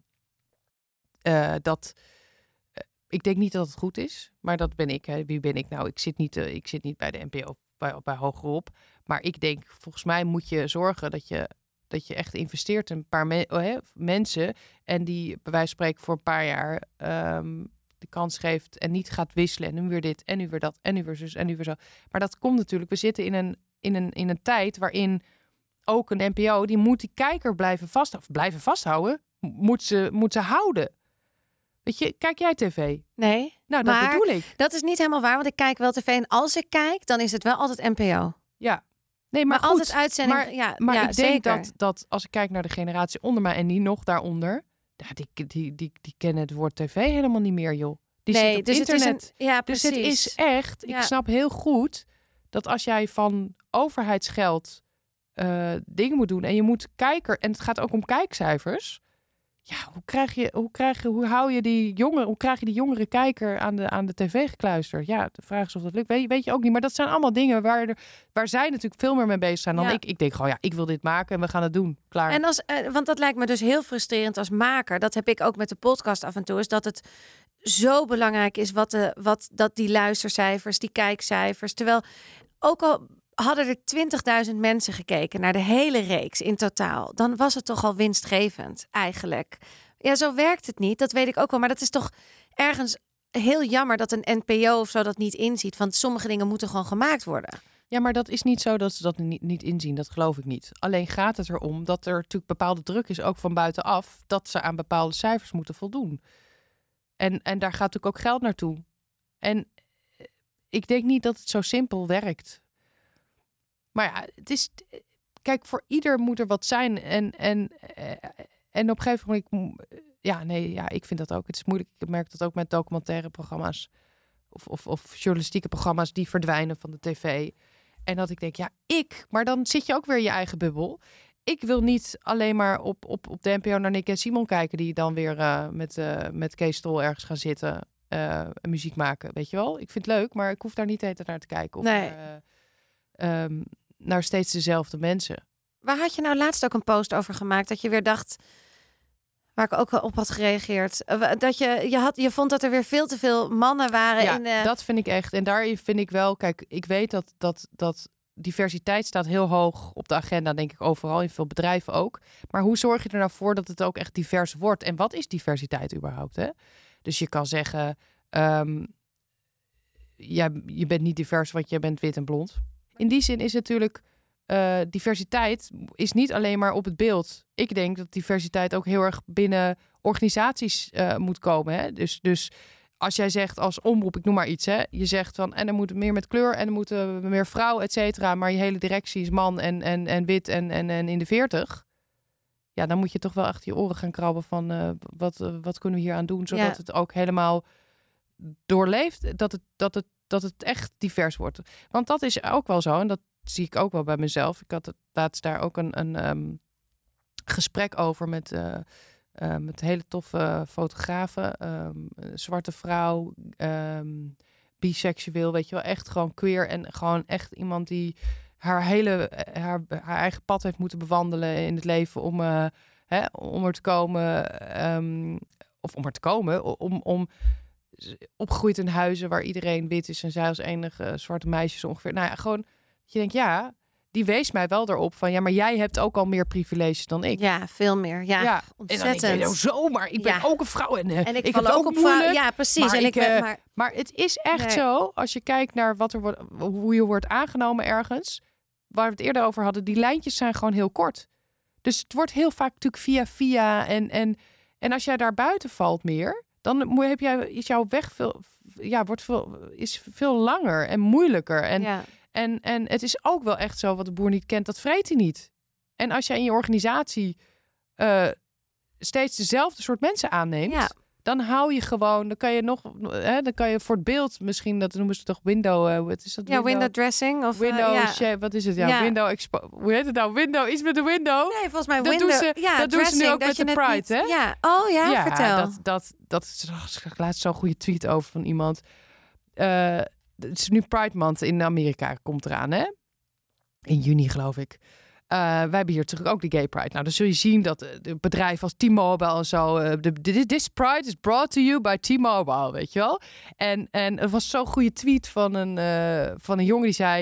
Uh, dat... Uh, ik denk niet dat het goed is, maar dat ben ik. Hè. Wie ben ik nou? Ik zit niet, uh, ik zit niet bij de N P O, bij, bij hogerop. Maar ik denk, volgens mij moet je zorgen dat je... dat je echt investeert in een paar me- oh, hè, mensen... en die bij wijze van spreken voor een paar jaar um, de kans geeft... en niet gaat wisselen en nu weer dit en nu weer dat... en nu weer zus en nu weer zo. Maar dat komt natuurlijk... We zitten in een, in een, in een tijd waarin ook een N P O... die moet die kijker blijven vasthouden. Blijven vasthouden? Moet ze, moet ze houden. Weet je, kijk jij tv? Nee. Nou, dat maar bedoel ik. Dat is niet helemaal waar, want ik kijk wel tv... en als ik kijk, dan is het wel altijd N P O. Ja. Nee, maar, maar goed, altijd uitzending. Maar, ja, maar ja, ik denk zeker. dat, dat als ik kijk naar de generatie onder mij en die nog daaronder, ja, die, die, die, die kennen het woord tv helemaal niet meer, joh. Die nee, zit op dus internet. Het is een, ja, dus precies. het is echt, ja. ik snap heel goed dat als jij van overheidsgeld uh, dingen moet doen en je moet kijker, en het gaat ook om kijkcijfers. Ja, hoe krijg je, hoe krijg je, hoe hou je die jongeren, hoe krijg je die jongere kijker aan de, aan de tv gekluisterd? Ja, de vraag is of dat lukt. Weet, weet je ook niet. Maar dat zijn allemaal dingen waar, er, waar zij natuurlijk veel meer mee bezig zijn dan ja. ik. Ik denk gewoon, ja, ik wil dit maken en we gaan het doen. Klaar. En als, uh, want dat lijkt me dus heel frustrerend als maker. Dat heb ik ook met de podcast af en toe. Is dat het zo belangrijk is wat, de, wat dat die luistercijfers, die kijkcijfers. Terwijl ook al hadden er twintigduizend mensen gekeken naar de hele reeks in totaal, dan was het toch al winstgevend eigenlijk. Ja, zo werkt het niet. Dat weet ik ook wel. Maar dat is toch ergens heel jammer dat een N P O of zo dat niet inziet. Want sommige dingen moeten gewoon gemaakt worden. Ja, maar dat is niet zo dat ze dat niet, niet inzien. Dat geloof ik niet. Alleen gaat het erom dat er natuurlijk bepaalde druk is, ook van buitenaf, dat ze aan bepaalde cijfers moeten voldoen. En, en daar gaat natuurlijk ook geld naartoe. En ik denk niet dat het zo simpel werkt. Maar ja, het is... Kijk, voor ieder moet er wat zijn. En, en, en op een gegeven moment... Ja, nee, ja, ik vind dat ook. Het is moeilijk. Ik merk dat ook met documentaire programma's. Of, of, of journalistieke programma's die verdwijnen van de tv. En dat ik denk, ja, ik... Maar dan zit je ook weer in je eigen bubbel. Ik wil niet alleen maar op, op, op de N P O naar Nick en Simon kijken... die dan weer uh, met, uh, met Kees Stol ergens gaan zitten... Uh, muziek maken, weet je wel. Ik vind het leuk, maar ik hoef daar niet de hele tijd naar te kijken. Of, nee. uh, um, naar steeds dezelfde mensen. Waar had je nou laatst ook een post over gemaakt? Dat je weer dacht, waar ik ook wel op had gereageerd. Dat je, je, had, je vond dat er weer veel te veel mannen waren. Ja, in de... dat vind ik echt. En daar vind ik wel, kijk, ik weet dat, dat, dat diversiteit staat heel hoog op de agenda, denk ik overal, in veel bedrijven ook. Maar hoe zorg je er nou voor dat het ook echt divers wordt? En wat is diversiteit überhaupt? Hè? Dus je kan zeggen, um, ja, je bent niet divers, want je bent wit en blond. In die zin is natuurlijk, uh, diversiteit is niet alleen maar op het beeld. Ik denk dat diversiteit ook heel erg binnen organisaties uh, moet komen. Hè? Dus, dus als jij zegt als omroep, ik noem maar iets, hè, je zegt van en er moet meer met kleur en er moeten meer vrouw, et cetera. Maar je hele directie is man en, en, en wit en, en, en in de veertig. Ja, dan moet je toch wel achter je oren gaan krabben van uh, wat, uh, wat kunnen we hier aan doen, zodat ja. het ook helemaal doorleeft, dat het, dat, het, dat het echt divers wordt. Want dat is ook wel zo en dat zie ik ook wel bij mezelf. Ik had het laatst daar ook een, een um, gesprek over met, uh, uh, met hele toffe fotografen. Um, zwarte vrouw, um, biseksueel, weet je wel. Echt gewoon queer en gewoon echt iemand die haar hele haar, haar eigen pad heeft moeten bewandelen in het leven om, uh, hè, om er te komen. Um, of om er te komen, om... om opgegroeid in huizen waar iedereen wit is en zij als enige zwarte meisjes ongeveer. Nou ja, gewoon, je denkt, ja, die wees mij wel erop van, ja, maar jij hebt ook al meer privileges dan ik. Ja, veel meer. Ja, ja. Ontzettend. En dan denk je, oh, zo, maar ik ben ja. ook een vrouw en, uh, en ik, ik val heb ook ook op moeilijk. vrouw. Ja, precies. Maar, en ik, ik ben, uh, maar... maar het is echt nee. zo, als je kijkt naar wat er wordt, hoe je wordt aangenomen ergens, waar we het eerder over hadden, die lijntjes zijn gewoon heel kort. Dus het wordt heel vaak natuurlijk via via en en en als jij daar buiten valt meer, dan heb jij is jouw weg veel ja wordt veel is veel langer en moeilijker en ja. en en het is ook wel echt zo, wat de boer niet kent, dat vreet hij niet. En als jij in je organisatie uh, steeds dezelfde soort mensen aanneemt, ja. dan hou je gewoon, dan kan je nog, hè, dan kan je voor het beeld misschien, dat noemen ze toch window, uh, wat is dat? Ja, window, window dressing of window, uh, ja. shape, wat is het? Ja, ja. window expo, hoe heet het nou? Window, iets met de window. Nee, volgens mij dat window. Doen ze, ja, dat doen ze nu ook met de Pride, niet, hè? Ja, oh ja, ja vertel. Dat, dat, dat is laatst zo'n goede tweet over van iemand. Uh, het is nu Pride Month in Amerika, komt eraan, hè? In juni, geloof ik. Uh, wij hebben hier natuurlijk ook de Gay Pride. Nou, dan zul je zien dat uh, de bedrijven als T-Mobile en zo... Uh, de, de, this Pride is brought to you by T-Mobile, weet je wel? En, en er was zo'n goede tweet van een, uh, van een jongen die zei...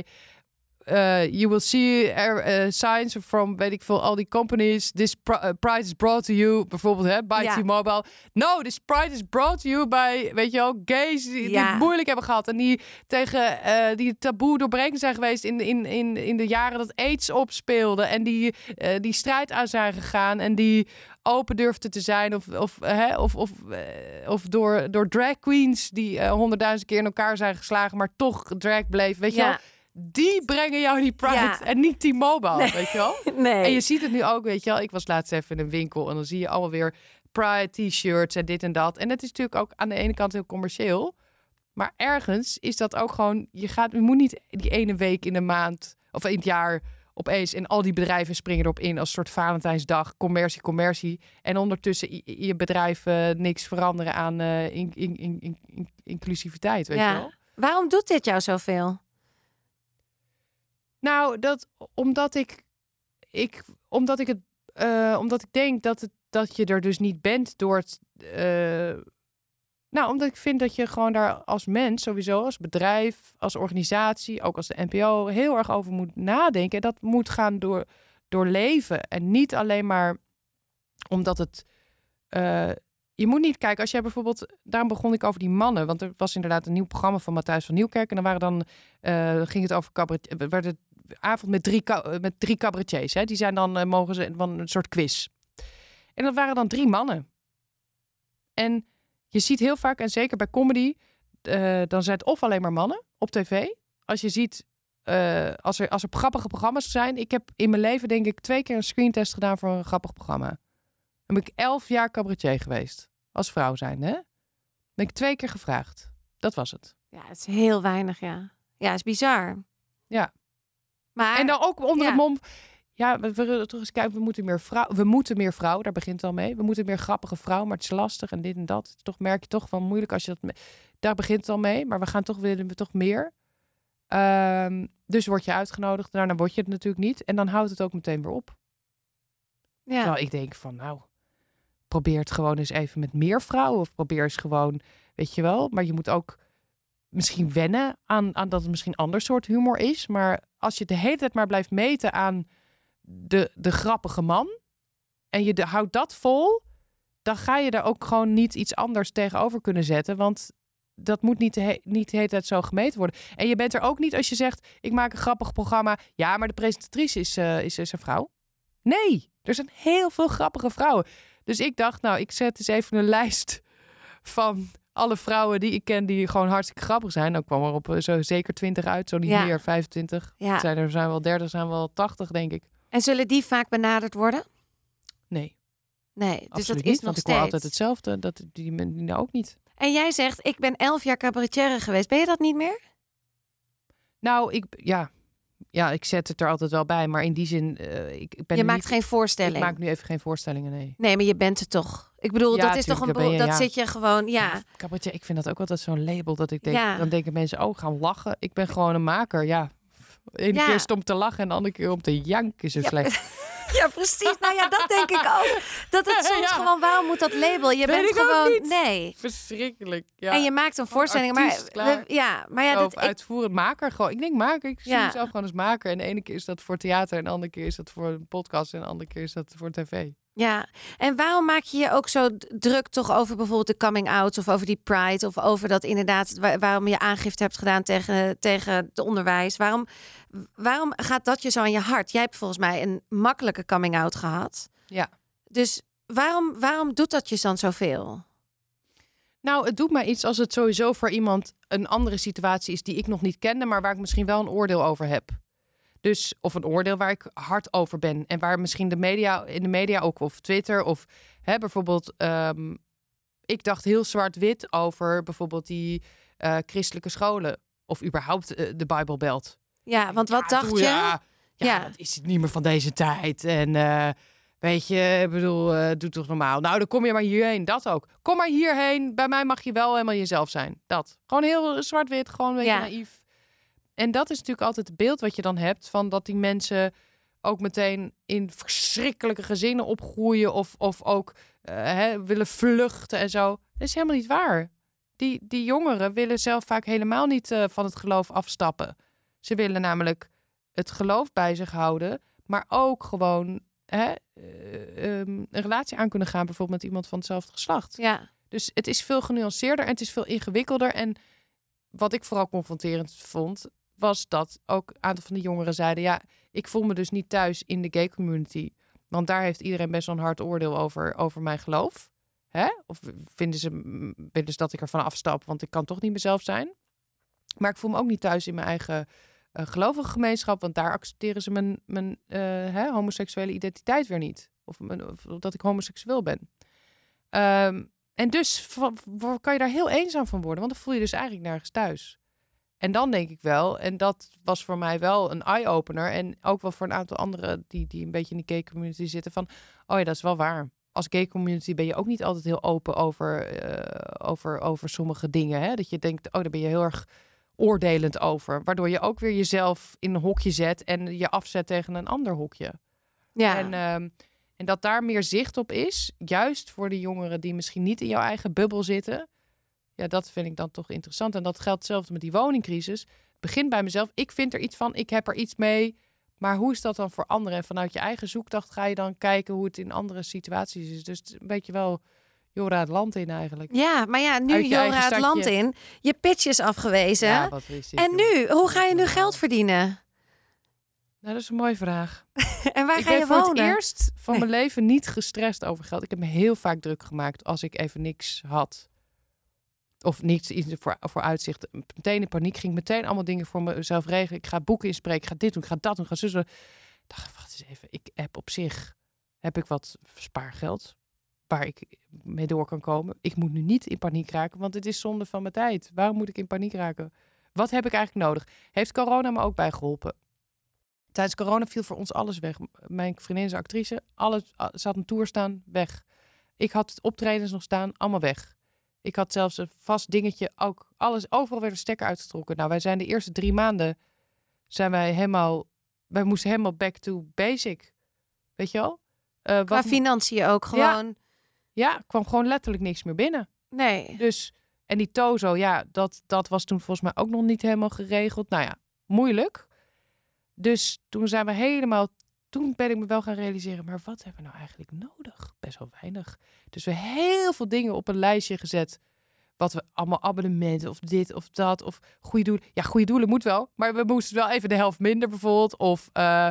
Uh, you will see uh, signs from, weet ik veel, al die companies. This pr- uh, pride is brought to you, bijvoorbeeld, hè, by ja. T-Mobile. No, this pride is brought to you by, weet je wel, gays die, ja. die het moeilijk hebben gehad. En die tegen uh, die taboe doorbreken zijn geweest in, in, in, in de jaren dat AIDS opspeelde. En die, uh, die strijd aan zijn gegaan. En die open durfden te zijn. Of, of, uh, hè, of, of, uh, of door, door drag queens die uh, honderdduizend keer in elkaar zijn geslagen, maar toch drag bleef, weet je ja. wel. Die brengen jou die Pride ja. en niet T-Mobile, nee. weet je wel? Nee. En je ziet het nu ook, weet je wel. Ik was laatst even in een winkel en dan zie je allemaal weer Pride t-shirts en dit en dat. En het is natuurlijk ook aan de ene kant heel commercieel. Maar ergens is dat ook gewoon, je gaat, je moet niet die ene week in de maand of in het jaar opeens en al die bedrijven springen erop in als een soort Valentijnsdag, commercie, commercie. En ondertussen je bedrijf uh, niks veranderen aan uh, in, in, in, in, inclusiviteit, weet ja. je wel? Waarom doet dit jou zoveel? Nou, dat omdat ik, ik omdat ik het, uh, omdat ik denk dat het dat je er dus niet bent door het. Uh, nou, omdat ik vind dat je gewoon daar als mens sowieso, als bedrijf, als organisatie, ook als de N P O, heel erg over moet nadenken. En dat moet gaan door doorleven en niet alleen maar omdat het. Uh, je moet niet kijken, als jij bijvoorbeeld, daarom begon ik over die mannen, want er was inderdaad een nieuw programma van Matthijs van Nieuwkerk en dan waren dan uh, ging het over cabaret, werd het avond met drie met drie cabaretiers, hè, die zijn dan uh, mogen ze van een soort quiz. En dat waren dan drie mannen. En je ziet heel vaak, en zeker bij comedy, uh, dan zijn het of alleen maar mannen op tv. Als je ziet, uh, als er als er grappige programma's zijn, ik heb in mijn leven denk ik twee keer een screentest gedaan voor een grappig programma. Dan ben ik elf jaar cabaretier geweest. Als vrouw zijn, hè? Ben ik twee keer gevraagd. Dat was het. Ja, het is heel weinig, ja. Ja, het is bizar. Ja. Maar, en dan ook onder ja. het mom... Ja, we willen toch eens kijken, we moeten meer vrouw, we moeten meer vrouw, daar begint het al mee. We moeten meer grappige vrouw, maar het is lastig en dit en dat. Toch merk je toch van moeilijk als je dat... Daar begint het al mee, maar we gaan toch willen we toch meer. Um, dus word je uitgenodigd. Daarna word je het natuurlijk niet. En dan houdt het ook meteen weer op. Ja. Terwijl ik denk van, nou, probeer het gewoon eens even met meer vrouwen. Of probeer eens gewoon, weet je wel. Maar je moet ook misschien wennen aan, aan dat het misschien een ander soort humor is. Maar als je de hele tijd maar blijft meten aan de, de grappige man. En je de, houdt dat vol. Dan ga je daar ook gewoon niet iets anders tegenover kunnen zetten. Want dat moet niet de, he- niet de hele tijd zo gemeten worden. En je bent er ook niet als je zegt, ik maak een grappig programma. Ja, maar de presentatrice is, uh, is, is een vrouw. Nee, er zijn heel veel grappige vrouwen. Dus ik dacht, nou, ik zet eens even een lijst van alle vrouwen die ik ken die gewoon hartstikke grappig zijn. Dan kwam er op uh, zo zeker twintig uit, zo niet Ja. meer, vijfentwintig. Ja. Zijn er zijn wel dertig, zijn wel tachtig, denk ik. En zullen die vaak benaderd worden? Nee, Nee, dus absoluut dat is niet, nog want ik steeds. hoor altijd hetzelfde. Dat die men nou ook niet. En jij zegt, ik ben elf jaar cabaretière geweest. Ben je dat niet meer? Nou, ik, ja, ja, ik zet het er altijd wel bij, maar in die zin, uh, ik, ik ben je er maakt niet, geen voorstelling. Ik maak nu even geen voorstellingen, nee. Nee, maar je bent het toch. Ik bedoel, Ja, dat is toch tuurlijk, een dat ben beroep. je, Dat ja. zit je gewoon, ja. Ja, cabaretier, ik vind dat ook altijd zo'n label dat ik denk, Ja. dan denken mensen, oh, gaan lachen. Ik ben gewoon een maker, ja. De ene Ja. keer is het om te lachen en de andere keer om te janken, zo Ja. slecht. Ja, precies. Nou ja, dat denk ik ook. Dat het soms Ja. gewoon, waarom moet dat label? Je Weet bent ik ook gewoon, niet. nee. Verschrikkelijk, ja. En je maakt een voorstelling, maar artiest, klaar. we- ja, maar ja, Of dat ik, uitvoerend maker gewoon. Ik denk maker, ik zie Ja. mezelf gewoon als maker. En de ene keer is dat voor theater en de andere keer is dat voor een podcast en de andere keer is dat voor tv. ja. En waarom maak je je ook zo d- druk toch over bijvoorbeeld de coming out of over die pride of over dat inderdaad wa- waarom je aangifte hebt gedaan tegen tegen het onderwijs? Waarom waarom gaat dat je zo aan je hart? Jij hebt volgens mij een makkelijke coming out gehad. Ja. Dus waarom waarom doet dat je dan zoveel? Nou, het doet mij iets als het sowieso voor iemand een andere situatie is die ik nog niet kende, maar waar ik misschien wel een oordeel over heb. Dus, of een oordeel waar ik hard over ben. En waar misschien de media, in de media ook, of Twitter, of hè, bijvoorbeeld, um, ik dacht heel zwart-wit over bijvoorbeeld die uh, christelijke scholen. Of überhaupt uh, de Bijbelbelt. Ja, want wat Ja, dacht doe, je? Ja, ja, Ja. dat is het niet meer van deze tijd. En uh, weet je, ik bedoel, uh, doe toch normaal. Nou, dan kom je maar hierheen. Dat ook. Kom maar hierheen. Bij mij mag je wel helemaal jezelf zijn. Dat. Gewoon heel zwart-wit, gewoon een beetje Ja. naïef. En dat is natuurlijk altijd het beeld wat je dan hebt van dat die mensen ook meteen in verschrikkelijke gezinnen opgroeien of, of ook uh, hè, willen vluchten en zo. Dat is helemaal niet waar. Die, die jongeren willen zelf vaak helemaal niet uh, van het geloof afstappen. Ze willen namelijk het geloof bij zich houden, maar ook gewoon hè, uh, um, een relatie aan kunnen gaan, bijvoorbeeld met iemand van hetzelfde geslacht. Ja. Dus het is veel genuanceerder en het is veel ingewikkelder. En wat ik vooral confronterend vond, was dat ook een aantal van die jongeren zeiden, ja, ik voel me dus niet thuis in de gay community. Want daar heeft iedereen best wel een hard oordeel over, over mijn geloof. Hè? Of vinden ze, willen ze dat ik ervan afstap, want ik kan toch niet mezelf zijn. Maar ik voel me ook niet thuis in mijn eigen uh, gelovige gemeenschap, want daar accepteren ze mijn, mijn uh, hè, homoseksuele identiteit weer niet. Of, mijn, of dat ik homoseksueel ben. Um, en dus v- v- kan je daar heel eenzaam van worden, want dan voel je dus eigenlijk nergens thuis. En dan denk ik wel, en dat was voor mij wel een eye-opener. En ook wel voor een aantal anderen die, die een beetje in de gay community zitten. Van, oh ja, dat is wel waar. Als gay community ben je ook niet altijd heel open over, uh, over, over sommige dingen. Hè? Dat je denkt, oh, daar ben je heel erg oordelend over. Waardoor je ook weer jezelf in een hokje zet en je afzet tegen een ander hokje. Ja. En, uh, en dat daar meer zicht op is, juist voor de jongeren die misschien niet in jouw eigen bubbel zitten. Ja, dat vind ik dan toch interessant. En dat geldt hetzelfde met die woningcrisis. Het begint bij mezelf. Ik vind er iets van. Ik heb er iets mee. Maar hoe is dat dan voor anderen? En vanuit je eigen zoektocht ga je dan kijken hoe het in andere situaties is. Dus het is een beetje wel Jora het land in eigenlijk. Ja, maar ja, nu Uit je Jora eigen het stadje. land in. Je pitch is afgewezen. Ja, wat is dit, en joh? nu? Hoe ga je nu Nou. geld verdienen? Nou, dat is een mooie vraag. En waar Ik ga ben je voor wonen? het eerst van Nee. mijn leven niet gestrest over geld. Ik heb me heel vaak druk gemaakt als ik even niks had. Of niets iets voor, voor uitzicht. Meteen in paniek. Ging meteen allemaal dingen voor mezelf regelen. Ik ga boeken inspreken. Ik ga dit doen. Ik ga dat doen. Ik ga zo. Ik dacht, wacht eens even. Ik heb op zich heb ik wat spaargeld waar ik mee door kan komen. Ik moet nu niet in paniek raken, want het is zonde van mijn tijd. Waarom moet ik in paniek raken? Wat heb ik eigenlijk nodig? Heeft corona me ook bij geholpen? Tijdens corona viel voor ons alles weg. Mijn vriendin is actrice. Alles, ze had een tour staan, weg. Ik had optredens nog staan, allemaal weg. Ik had zelfs een vast dingetje, ook alles, overal werd een stekker uitgetrokken. Nou, wij zijn de eerste drie maanden, zijn wij helemaal, wij moesten helemaal back to basic. Weet je wel? Uh, Qua wat, financiën ook gewoon. Ja, ja, kwam gewoon letterlijk niks meer binnen. Nee. Dus, en die Tozo, ja, dat, dat was toen volgens mij ook nog niet helemaal geregeld. Nou ja, moeilijk. Dus toen zijn we helemaal, toen ben ik me wel gaan realiseren, maar wat hebben we nou eigenlijk nodig? Best wel weinig. Dus we hebben heel veel dingen op een lijstje gezet. Wat we allemaal abonnementen of dit of dat of goede doelen. Ja, goede doelen moet wel, maar we moesten wel even de helft minder bijvoorbeeld. Of uh,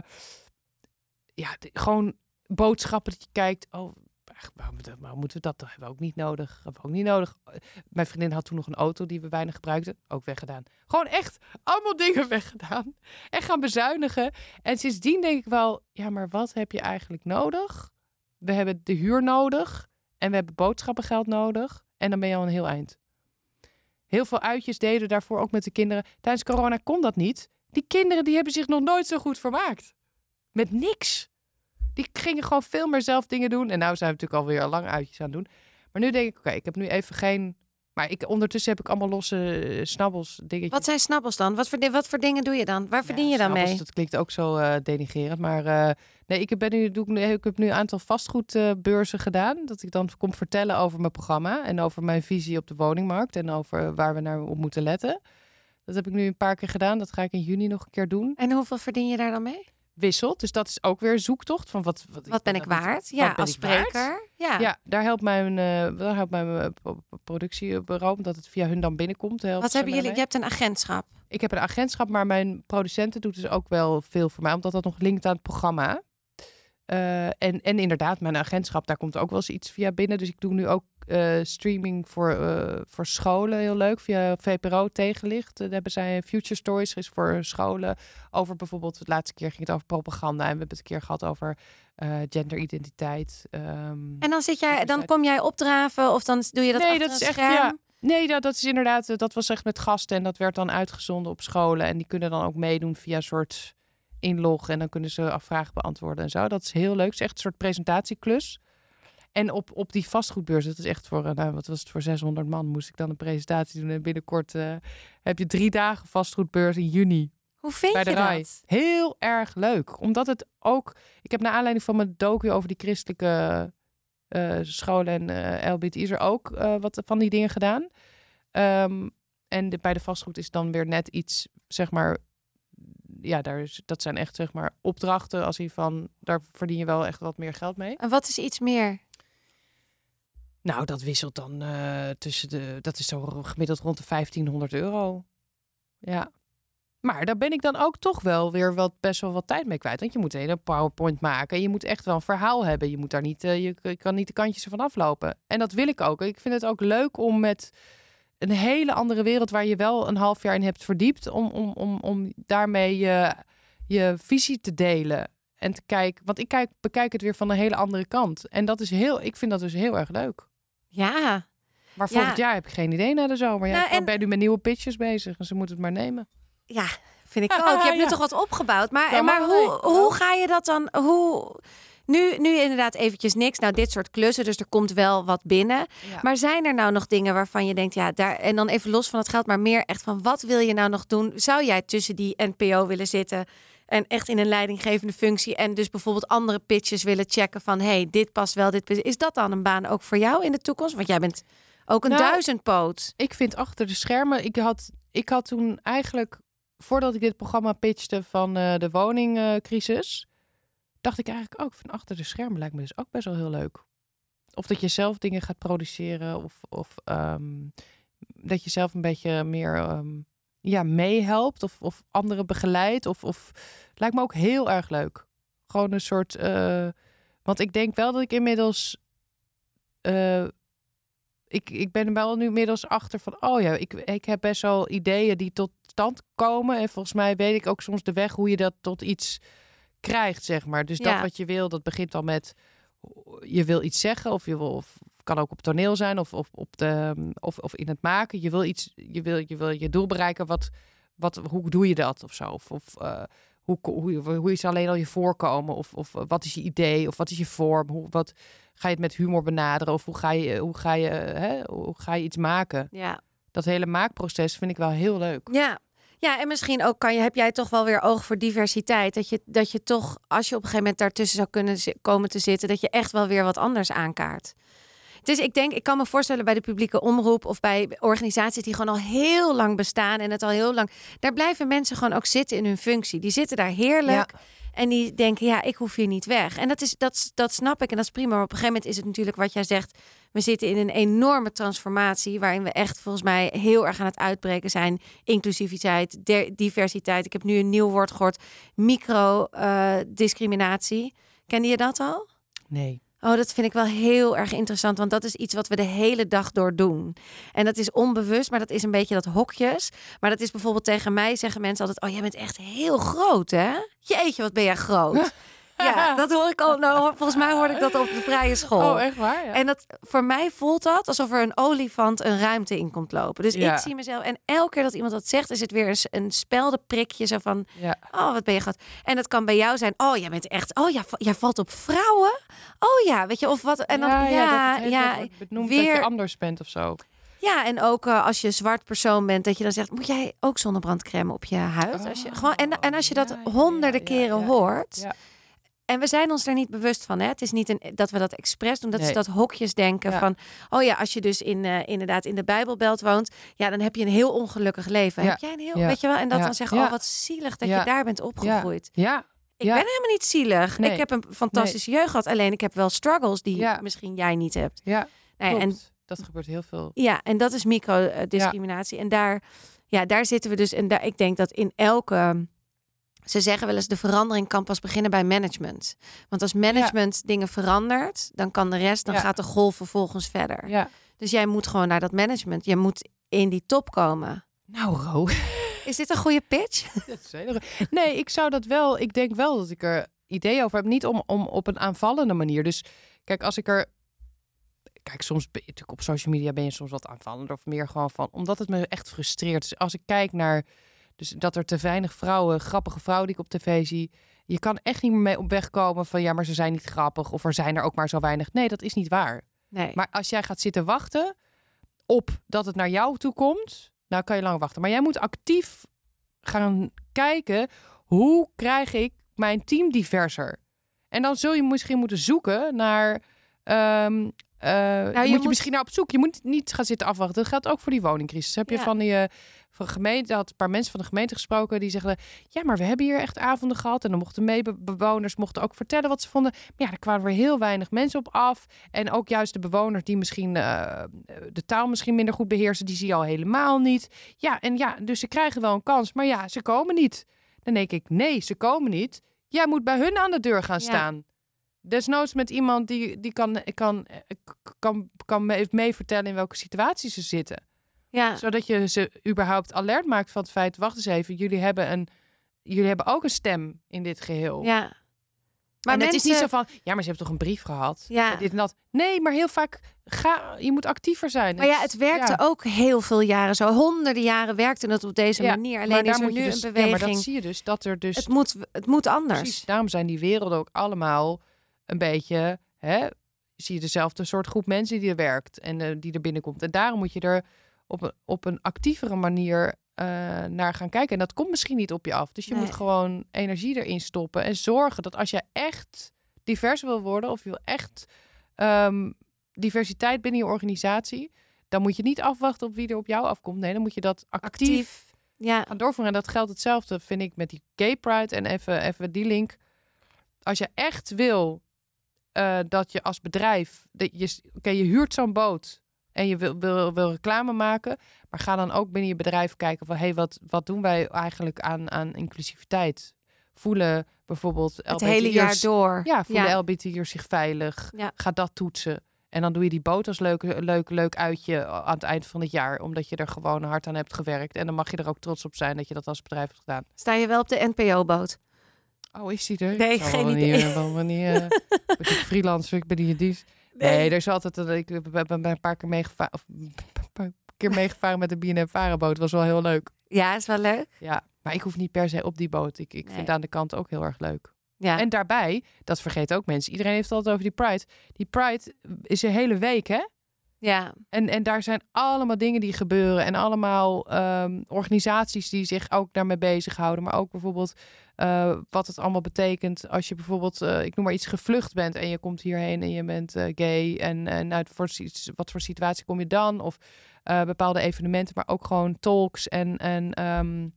ja, de, gewoon boodschappen dat je kijkt. Oh, waarom, waarom moeten we dat? Dat hebben we ook niet nodig. Hebben we ook niet nodig. Mijn vriendin had toen nog een auto die we weinig gebruikten. Ook weggedaan. Gewoon echt allemaal dingen weggedaan. En gaan bezuinigen. En sindsdien denk ik wel, ja, maar wat heb je eigenlijk nodig? We hebben de huur nodig. En we hebben boodschappengeld nodig. En dan ben je al een heel eind. Heel veel uitjes deden we daarvoor ook met de kinderen. Tijdens corona kon dat niet. Die kinderen die hebben zich nog nooit zo goed vermaakt. Met niks. Die gingen gewoon veel meer zelf dingen doen. En nou zijn we natuurlijk alweer lang uitjes aan het doen. Maar nu denk ik, oké, okay, ik heb nu even geen... Maar ik, ondertussen heb ik allemaal losse uh, snabbels dingetjes. Wat zijn snabbels dan? Wat voor, wat voor dingen doe je dan? Waar ja, verdien je dan snabbels, mee? Dat klinkt ook zo uh, denigrerend. Maar uh, nee, ik, ben nu, doe, ik heb nu een aantal vastgoedbeurzen uh, gedaan. Dat ik dan kom vertellen over mijn programma. En over mijn visie op de woningmarkt. En over waar we naar op moeten letten. Dat heb ik nu een paar keer gedaan. Dat ga ik in juni nog een keer doen. En hoeveel verdien je daar dan mee? Wisselt. Dus dat is ook weer een zoektocht van wat, wat, wat ben ik waard? Ja, als spreker. Ja. ja, daar helpt mijn, uh, daar helpt mijn uh, productiebureau, omdat het via hun dan binnenkomt. Wat hebben jullie? Je hebt een agentschap. Ik heb een agentschap, maar mijn producenten doet dus ook wel veel voor mij, omdat dat nog linkt aan het programma. Uh, en, en inderdaad, mijn agentschap, daar komt ook wel eens iets via binnen. Dus ik doe nu ook uh, streaming voor, uh, voor scholen, heel leuk. Via V P R O Tegenlicht. Uh, daar hebben zij Future Stories is voor scholen. Over bijvoorbeeld, de laatste keer ging het over propaganda. En we hebben het een keer gehad over uh, genderidentiteit. Um, en dan zit jij, dan kom jij opdraven of dan doe je dat nee, achter dat een is scherm? Echt, ja. Nee, dat, dat is inderdaad, dat was echt met gasten. En dat werd dan uitgezonden op scholen. En die kunnen dan ook meedoen via een soort inlog en dan kunnen ze vragen beantwoorden en zo. Dat is heel leuk. Het is echt een soort presentatieklus. En op, op die vastgoedbeurs, dat is echt voor, nou, wat was het, voor zeshonderd man moest ik dan een presentatie doen. En binnenkort uh, heb je drie dagen vastgoedbeurs in juni. Hoe vind bij de je R A I. dat? Heel erg leuk. Omdat het ook, ik heb naar aanleiding van mijn docu over die christelijke uh, scholen en uh, L B T I's er ook uh, wat van die dingen gedaan. Um, en de, bij de vastgoed is dan weer net iets, zeg maar, ja, daar is, dat zijn echt, zeg maar, opdrachten als je van, daar verdien je wel echt wat meer geld mee. En wat is iets meer? Nou, dat wisselt dan uh, tussen de, dat is zo gemiddeld rond de vijftienhonderd euro. Ja. Maar daar ben ik dan ook toch wel weer wat, best wel wat tijd mee kwijt. Want je moet een hele PowerPoint maken. En je moet echt wel een verhaal hebben. Je moet daar niet, uh, je, je kan niet de kantjes ervan aflopen. En dat wil ik ook. Ik vind het ook leuk om met een hele andere wereld waar je wel een half jaar in hebt verdiept, om, om, om, om daarmee je, je visie te delen en te kijken. Want ik kijk, bekijk het weer van een hele andere kant. En dat is heel, ik vind dat dus heel erg leuk. Ja. Maar volgend ja. jaar heb ik geen idee na de zomer. Ja, nou, ik en... ben nu met nieuwe pitches bezig en ze moeten het maar nemen. Ja, vind ik ook. Je hebt nu ja. toch wat opgebouwd. Maar, ja, maar, maar hoe, hoe ga je dat dan? Hoe... Nu, nu inderdaad eventjes niks. Nou, dit soort klussen, dus er komt wel wat binnen. Ja. Maar zijn er nou nog dingen waarvan je denkt, ja, daar en dan even los van het geld, maar meer echt van, wat wil je nou nog doen? Zou jij tussen die N P O willen zitten en echt in een leidinggevende functie en dus bijvoorbeeld andere pitches willen checken van, hey, dit past wel, dit past. Is dat dan een baan ook voor jou in de toekomst? Want jij bent ook een nou, duizendpoot. Ik vind achter de schermen, ik had, ik had toen eigenlijk, voordat ik dit programma pitchte van uh, de woningcrisis, dacht ik eigenlijk ook van achter de schermen lijkt me dus ook best wel heel leuk. Of dat je zelf dingen gaat produceren of, of um, dat je zelf een beetje meer um, ja, meehelpt of, of anderen begeleidt. Of, of lijkt me ook heel erg leuk. Gewoon een soort, uh, want ik denk wel dat ik inmiddels, uh, ik, ik ben er wel nu inmiddels achter van, oh ja, ik, ik heb best wel ideeën die tot stand komen. En volgens mij weet ik ook soms de weg hoe je dat tot iets krijgt, zeg maar. Dus ja. dat wat je wil, dat begint al met, je wil iets zeggen of je wil, of kan ook op toneel zijn of, of op de of, of in het maken. Je wil iets, je wil je wil je doel bereiken. Wat, wat, hoe doe je dat of zo? Of, of uh, hoe, hoe, hoe is alleen al je voorkomen? Of, of wat is je idee? Of wat is je vorm? Hoe, wat, ga je het met humor benaderen? Of hoe ga je, hoe ga je, hè, hoe ga je iets maken? Ja. Dat hele maakproces vind ik wel heel leuk. Ja. Ja, en misschien ook kan je, heb jij toch wel weer oog voor diversiteit. Dat je, dat je toch, als je op een gegeven moment daartussen zou kunnen zi- komen te zitten, dat je echt wel weer wat anders aankaart. Dus ik denk, ik kan me voorstellen bij de publieke omroep of bij organisaties die gewoon al heel lang bestaan en het al heel lang. Daar blijven mensen gewoon ook zitten in hun functie. Die zitten daar heerlijk. Ja. En die denken, ja, ik hoef hier niet weg. En dat, is, dat, dat snap ik en dat is prima. Maar op een gegeven moment is het natuurlijk wat jij zegt. We zitten in een enorme transformatie waarin we echt volgens mij heel erg aan het uitbreken zijn. Inclusiviteit, de- diversiteit. Ik heb nu een nieuw woord gehoord. Microdiscriminatie. Kende je dat al? Nee. Oh, dat vind ik wel heel erg interessant, want dat is iets wat we de hele dag door doen. En dat is onbewust, maar dat is een beetje dat hokjes. Maar dat is bijvoorbeeld tegen mij zeggen mensen altijd, oh, jij bent echt heel groot, hè? Jeetje, wat ben jij groot. Ja, dat hoor ik al. Nou, volgens mij hoorde ik dat op de vrije school. Oh, echt waar? Ja. En dat, voor mij voelt dat alsof er een olifant een ruimte in komt lopen. Dus Ja. ik zie mezelf. En elke keer dat iemand dat zegt, is het weer een, een speldenprikje. Zo van, Ja. oh, wat ben je groot. En dat kan bij jou zijn, oh, jij bent echt, oh, jij, jij valt op vrouwen. Oh ja, weet je, of wat. En dan, ja, ja, dat het ja wordt benoemd weer, dat je anders bent of zo. ja, en ook uh, als je zwart persoon bent, dat je dan zegt, moet jij ook zonnebrandcrème op je huid? Oh, als je, gewoon, en, en als je dat ja, ja, honderden ja, keren ja, ja, hoort. Ja. En we zijn ons daar niet bewust van. Hè? Het is niet een, dat we dat expres doen. Dat Nee. is dat hokjes denken Ja. van, oh ja, als je dus in, uh, inderdaad in de Bijbelbelt woont, ja, dan heb je een heel ongelukkig leven. Ja. Heb jij een heel, Ja. weet je wel? En dat Ja. dan zeggen, Ja. oh, wat zielig dat Ja. je daar bent opgegroeid. Ja. Ik Ja. ben helemaal niet zielig. Nee. Ik heb een fantastische jeugd gehad. Alleen ik heb wel struggles die Ja. misschien jij niet hebt. Ja. Nou ja, en Klopt. Dat gebeurt heel veel. ja, en dat is microdiscriminatie. En daar, ja, daar zitten we dus. En daar, ik denk dat in elke. Ze zeggen wel eens, de verandering kan pas beginnen bij management. Want als management dingen verandert, dan kan de rest, dan Ja. gaat de golf vervolgens verder. Ja. Dus jij moet gewoon naar dat management. Je moet in die top komen. Nou, Ro. Is dit een goede pitch? Dat is heel erg. Nee, ik zou dat wel. Ik denk wel dat ik er ideeën over heb. Niet om, om op een aanvallende manier. Dus kijk, als ik er. Kijk, soms ben je natuurlijk op social media ben je soms wat aanvallender of meer gewoon van. Omdat het me echt frustreert. Dus als ik kijk naar. Dus dat er te weinig vrouwen, grappige vrouwen die ik op tv zie. Je kan echt niet meer mee op weg komen van ja, maar ze zijn niet grappig. Of er zijn er ook maar zo weinig. Nee, dat is niet waar. Nee. Maar als jij gaat zitten wachten op dat het naar jou toe komt, nou kan je lang wachten. Maar jij moet actief gaan kijken, hoe krijg ik mijn team diverser? En dan zul je misschien moeten zoeken naar... Um, uh, je moet je moet- misschien naar op zoek. Je moet niet gaan zitten afwachten. Dat geldt ook voor die woningcrisis. Heb je Ja. van die uh, van gemeente, had een paar mensen van de gemeente gesproken die zeggen, ja, maar we hebben hier echt avonden gehad en dan mochten meebewoners mochten ook vertellen wat ze vonden. Maar ja, er kwamen weer heel weinig mensen op af. En ook juist de bewoners die misschien uh, de taal misschien minder goed beheersen, die zie je al helemaal niet. Ja, en ja, dus ze krijgen wel een kans, maar ja, ze komen niet. Dan denk ik, nee, ze komen niet. Jij moet bij hun aan de deur gaan Ja. staan. Desnoods met iemand die, die kan, kan, kan, kan mee, mee vertellen in welke situatie ze zitten. Ja. Zodat je ze überhaupt alert maakt van het feit, wacht eens even, jullie hebben, een, jullie hebben ook een stem in dit geheel. Ja. Maar Maar het is mensen- niet zo van, ja, maar ze hebben toch een brief gehad? Ja. Dit en dat. Nee, maar heel vaak, ga, je moet actiever zijn. Maar ja, het werkte ja. ook heel veel jaren zo. Honderden jaren werkte het op deze Ja, manier. maar Alleen daar is er moet je nu dus- een Ja, maar beweging. dat zie je dus, dat er dus... het, moet, het moet anders. Precies, daarom zijn die werelden ook allemaal een beetje, hè, zie je dezelfde soort groep mensen die er werkt en uh, die er binnenkomt. En daarom moet je er op een, op een actievere manier uh, naar gaan kijken. En dat komt misschien niet op je af. Dus je Nee. moet gewoon energie erin stoppen en zorgen dat als je echt divers wil worden of je wil echt um, diversiteit binnen je organisatie, dan moet je niet afwachten op wie er op jou afkomt. Nee, dan moet je dat actief, Actief. Ja. gaan doorvoeren. En dat geldt hetzelfde, vind ik, met die Gay Pride en even, even die link. Als je echt wil uh, dat je als bedrijf, dat je, okay, je huurt zo'n boot en je wil, wil, wil reclame maken, maar ga dan ook binnen je bedrijf kijken van, hé, hey, wat, wat doen wij eigenlijk aan, aan inclusiviteit? Voelen bijvoorbeeld Het hele jaar door. Ja, voelen Ja. L B T'ers zich veilig? Ja. Ga dat toetsen. En dan doe je die boot als leuk, leuk, leuk uitje aan het eind van het jaar, omdat je er gewoon hard aan hebt gewerkt. En dan mag je er ook trots op zijn dat je dat als bedrijf hebt gedaan. Sta je wel op de N P O-boot? Oh, is die er? Nee, Ik zal geen wel idee. Niet, wel wanneer, uh, ben ik freelancer, ik ben hier dienst. Nee. nee, er is altijd een, ik ben een paar keer meegevaren, of een paar keer meegevaren met de B N N Varenboot. Was wel heel leuk. Ja, is wel leuk. Ja, maar ik hoef niet per se op die boot. Ik, ik Nee. vind aan de kant ook heel erg leuk. Ja. En daarbij, dat vergeten ook mensen. Iedereen heeft het altijd over die Pride. Die Pride is een hele week, hè? Ja. En, en daar zijn allemaal dingen die gebeuren. En allemaal um, organisaties die zich ook daarmee bezighouden. Maar ook bijvoorbeeld uh, wat het allemaal betekent als je bijvoorbeeld, uh, ik noem maar iets, gevlucht bent. En je komt hierheen en je bent uh, gay. En, en uit voor, wat voor situatie kom je dan? Of uh, bepaalde evenementen, maar ook gewoon talks en... en um,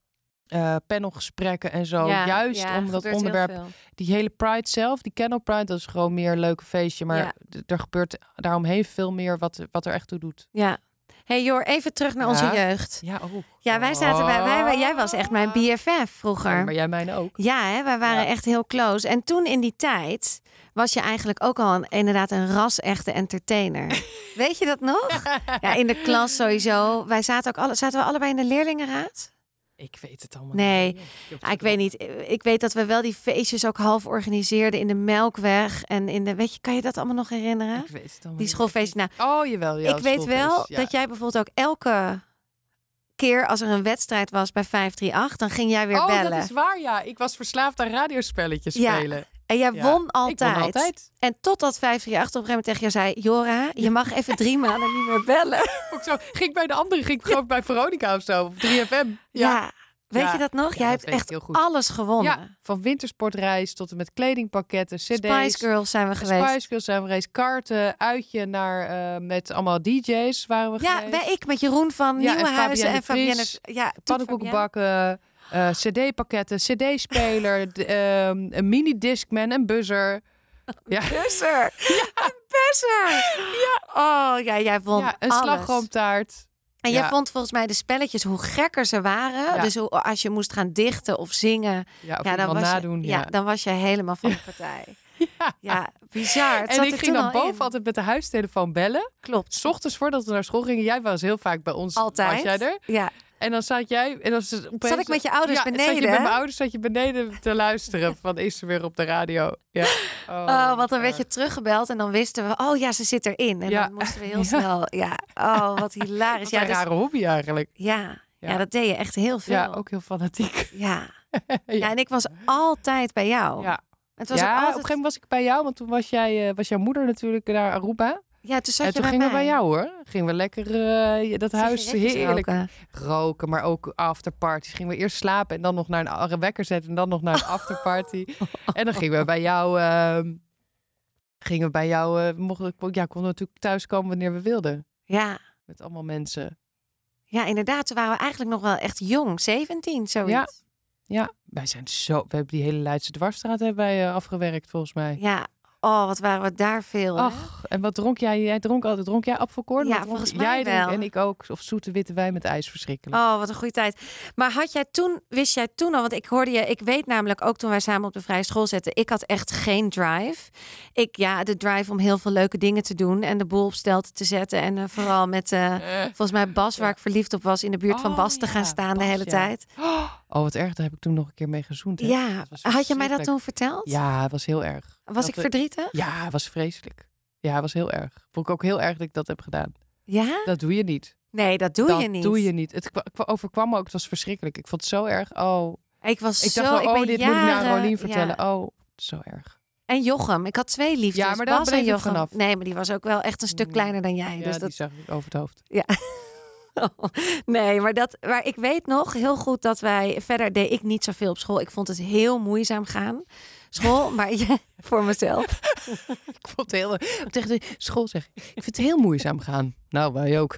Uh, panelgesprekken en zo. Ja, Juist ja, om dat onderwerp. Die hele Pride zelf, die Kennel Pride, dat is gewoon meer een leuke feestje. Maar ja. d- er gebeurt daaromheen veel meer wat, wat er echt toe doet. Ja. Hey Jor, even terug naar ja. onze jeugd. Ja, oh. ja wij zaten bij, wij, wij, jij was echt mijn B F F vroeger. Ja, maar jij mijne ook. Ja, hè, wij waren ja. echt heel close. En toen in die tijd was je eigenlijk ook al een, inderdaad een ras-echte entertainer. Weet je dat nog? Ja, in de klas sowieso. Wij zaten ook alle, zaten we allebei in de leerlingenraad? Ik weet het allemaal nee, niet. Nee, ik weet niet. Ik weet dat we wel die feestjes ook half organiseerden in de Melkweg. En in de, weet je, kan je dat allemaal nog herinneren? Ik weet het allemaal Die schoolfeestjes. Nou, oh, jawel. Ja, ik weet wel ja. dat jij bijvoorbeeld ook elke keer als er een wedstrijd was bij vijf drie acht, dan ging jij weer oh, bellen. Oh, dat is waar, ja. Ik was verslaafd aan radiospelletjes ja. spelen. En jij ja. won altijd. Ik won altijd. En totdat vijf drie acht op een gegeven moment tegen jou zei... Jora, je mag even drie maanden niet meer bellen. Ook zo. Ging ik bij de andere, ging ik gewoon bij Veronica of zo. Op drie F M. Ja. ja. Weet ja, je dat nog? Ja, Jij hebt echt alles gewonnen. Ja, van wintersportreis tot en met kledingpakketten, cd's. Spice Girls zijn we geweest. Spice Girls zijn we geweest. Karten, uitje naar uh, met allemaal D J's waren we ja, geweest. Ja, ik met Jeroen van ja, Nieuwenhuizen en Fabienne. Ja, pannenkoeken bakken, uh, cd-pakketten, cd-speler, d- uh, een mini-discman, een buzzer. Ja. Een buzzer! Ja. Een buzzer! Ja. Oh, ja, jij vond ja, een alles. slagroomtaart. En jij ja. vond volgens mij de spelletjes, hoe gekker ze waren. Ja. Dus hoe, als je moest gaan dichten of zingen. Ja, of ja, dan was nadoen. Je, ja. ja, dan was je helemaal van de partij. Ja, ja bizar. Het en zat ik er ging dan boven in. altijd met de huistelefoon bellen. Klopt. 's Ochtends voordat we naar school gingen. Jij was heel vaak bij ons. Altijd. Was jij er? Ja. En dan zat jij... En dan opeens, zat ik met je ouders ja, beneden? Zat je met mijn ouders zat je beneden te luisteren. Van is ze weer op de radio? Ja. Oh, oh, want dan werd je teruggebeld en dan wisten we... Oh ja, ze zit erin. En ja. dan moesten we heel ja. snel... Ja, oh, wat hilarisch. Wat een ja, rare dus, hobby eigenlijk. Ja. Ja. ja, dat deed je echt heel veel. Ja, ook heel fanatiek. Ja. ja. ja, en ik was altijd bij jou. Ja, het was ja altijd... op een gegeven moment was ik bij jou. Want toen was, jij, uh, was jouw moeder natuurlijk naar Aruba. Ja, toen zat en je toen bij gingen mij. we bij jou hoor. Gingen we lekker uh, dat huis heerlijk roken. roken. Maar ook afterparties. Gingen we eerst slapen en dan nog naar een wekker zetten. En dan nog naar een afterparty. En dan gingen we bij jou... Uh, gingen we bij jou... Uh, mochten, ja, konden natuurlijk thuiskomen wanneer we wilden. Ja. Met allemaal mensen. Ja, inderdaad. Toen waren we eigenlijk nog wel echt jong. zeventien, zoiets. Ja. Ja, wij zijn zo... We hebben die hele Leidse dwarsstraat hebben wij uh, afgewerkt volgens mij. Ja. Oh, wat waren we daar veel. Ach, en wat dronk jij? Jij dronk altijd, dronk jij apfelkorn? Ja, volgens mij jij wel. En ik ook. Of zoete witte wijn met ijs, verschrikkelijk. Oh, wat een goede tijd. Maar had jij toen, wist jij toen al, want ik hoorde je, ik weet namelijk ook toen wij samen op de vrije school zaten, ik had echt geen drive. Ik, ja, de drive om heel veel leuke dingen te doen en de boel op stelte te zetten. En uh, vooral met, uh, volgens mij Bas, waar ja. ik verliefd op was, in de buurt oh, van Bas te ja, gaan staan Bas, de hele ja. tijd. Oh, wat erg. Daar heb ik toen nog een keer mee gezoend. Hè? Ja, had je mij dat toen verteld? Ja, het was heel erg. Was dat ik verdrietig? We... Ja, het was vreselijk. Ja, het was heel erg. Vond ik ook heel erg dat ik dat heb gedaan. Ja? Dat doe je niet. Nee, dat doe dat je niet. Dat doe je niet. Het overkwam me ook. Het was verschrikkelijk. Ik vond het zo erg. Oh. Ik was ik zo... dacht wel, oh, ik dit jaren, moet ik naar Rolien vertellen. Ja. Oh, zo erg. En Jochem. Ik had twee liefdes. Ja, maar daar Bas bleef en ik Jochem. vanaf. Nee, maar die was ook wel echt een stuk kleiner dan jij. Ja, dus die dat zag ik over het hoofd. Ja. Nee, maar, dat, maar ik weet nog heel goed dat wij... Verder deed ik niet zoveel op school. Ik vond het heel moeizaam gaan. School, maar ja, voor mezelf. Ik vond het heel... Tegen de school zeg ik vind het heel moeizaam gaan. Nou, wij ook.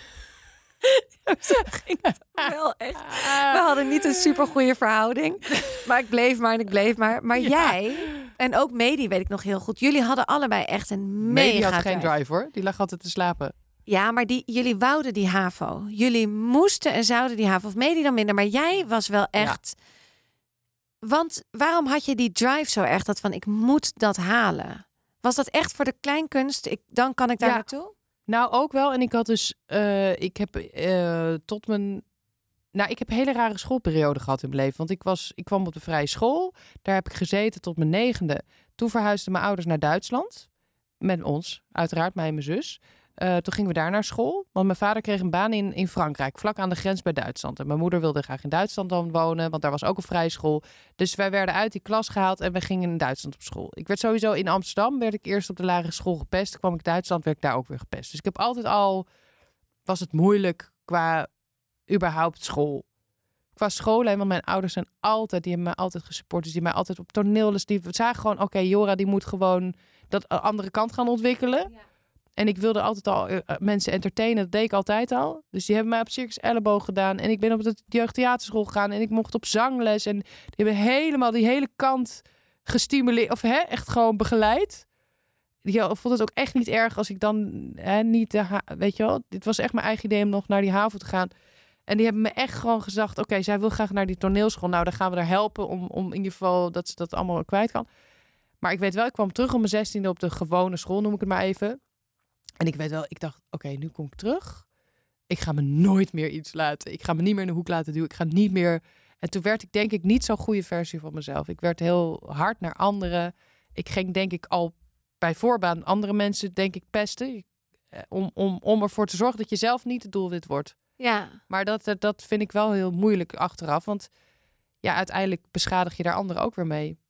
Zo ging het wel echt. We hadden niet een supergoeie verhouding. Maar ik bleef maar en ik bleef maar. Maar ja. jij en ook Medi weet ik nog heel goed. Jullie hadden allebei echt een mega Medi had drive. geen drive hoor. Die lag altijd te slapen. Ja, maar die, jullie wouden die HAVO. Jullie moesten en zouden die HAVO. Of Medi dan minder. Maar jij was wel echt... Ja. Want waarom had je die drive zo erg? Dat van, ik moet dat halen. Was dat echt voor de kleinkunst? Ik, dan kan ik daar ja. naartoe? Nou, ook wel. En ik had dus... Uh, ik heb uh, tot mijn... Nou, ik heb een hele rare schoolperiode gehad in mijn leven. Want ik, was, ik kwam op de vrije school. Daar heb ik gezeten tot mijn negende. Toen verhuisden mijn ouders naar Duitsland. Met ons, uiteraard, mij en mijn zus. Uh, toen gingen we daar naar school. Want mijn vader kreeg een baan in, in Frankrijk, vlak aan de grens bij Duitsland. En mijn moeder wilde graag in Duitsland dan wonen, want daar was ook een vrije school. Dus wij werden uit die klas gehaald en we gingen in Duitsland op school. Ik werd sowieso in Amsterdam, werd ik eerst op de lagere school gepest. Kwam ik in Duitsland, werd ik daar ook weer gepest. Dus ik heb altijd al, was het moeilijk qua überhaupt school. Qua school, want mijn ouders zijn altijd, die hebben mij altijd gesupport. Dus die hebben mij altijd op toneelles. Die zagen gewoon, oké, okay, Jora die moet gewoon dat andere kant gaan ontwikkelen. Ja. En ik wilde altijd al uh, mensen entertainen. Dat deed ik altijd al. Dus die hebben mij op Circus Elleboog gedaan. En ik ben op de jeugdtheaterschool gegaan. En ik mocht op zangles. En die hebben helemaal die hele kant gestimuleerd. Of hè, echt gewoon begeleid. Die vond het ook echt niet erg als ik dan hè, niet... De ha- weet je wel, dit was echt mijn eigen idee om nog naar die haven te gaan. En die hebben me echt gewoon gezegd... Oké, okay, zij wil graag naar die toneelschool. Nou, dan gaan we haar helpen om, om in ieder geval dat ze dat allemaal kwijt kan. Maar ik weet wel, ik kwam terug om mijn zestiende op de gewone school, noem ik het maar even. En ik weet wel, ik dacht, oké, okay, nu kom ik terug. Ik ga me nooit meer iets laten. Ik ga me niet meer in de hoek laten duwen. Ik ga niet meer... En toen werd ik denk ik niet zo'n goede versie van mezelf. Ik werd heel hard naar anderen. Ik ging denk ik al bij voorbaan andere mensen denk ik pesten. Om, om, om ervoor te zorgen dat je zelf niet het doelwit wordt. Ja. Maar dat, dat vind ik wel heel moeilijk achteraf. Want ja, uiteindelijk beschadig je daar anderen ook weer mee.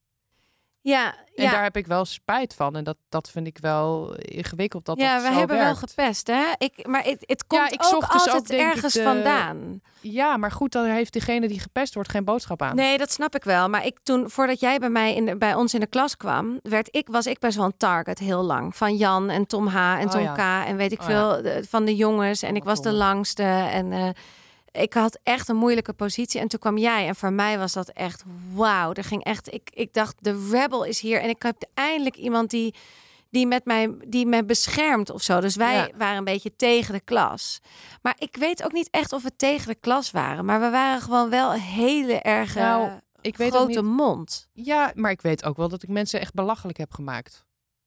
Ja, en ja. daar heb ik wel spijt van. En dat, dat vind ik wel ingewikkeld dat ja, dat we zo hebben werkt. wel gepest, hè? Ik, maar het, het komt ja, ik ook zocht dus altijd ook, denk ergens ik, de... vandaan. Ja, maar goed, dan heeft diegene die gepest wordt geen boodschap aan. Nee, dat snap ik wel. Maar ik toen, voordat jij bij mij in de, bij ons in de klas kwam, werd ik, was ik best wel een target heel lang. Van Jan en Tom H. en Tom oh, ja. K. En weet ik oh, veel ja. de, van de jongens. En oh, ik was domme. de langste. En uh, ik had echt een moeilijke positie. En toen kwam jij. En voor mij was dat echt wauw. Er ging echt. Ik, ik dacht, de rebel is hier. En ik heb eindelijk iemand die, die met mij, die me beschermt of zo. Dus wij ja. waren een beetje tegen de klas. Maar ik weet ook niet echt of we tegen de klas waren. Maar we waren gewoon wel een hele erg nou, ik weet grote ook niet... mond. Ja, maar ik weet ook wel dat ik mensen echt belachelijk heb gemaakt.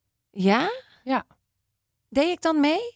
Ja? Ja. Deed ik dan mee?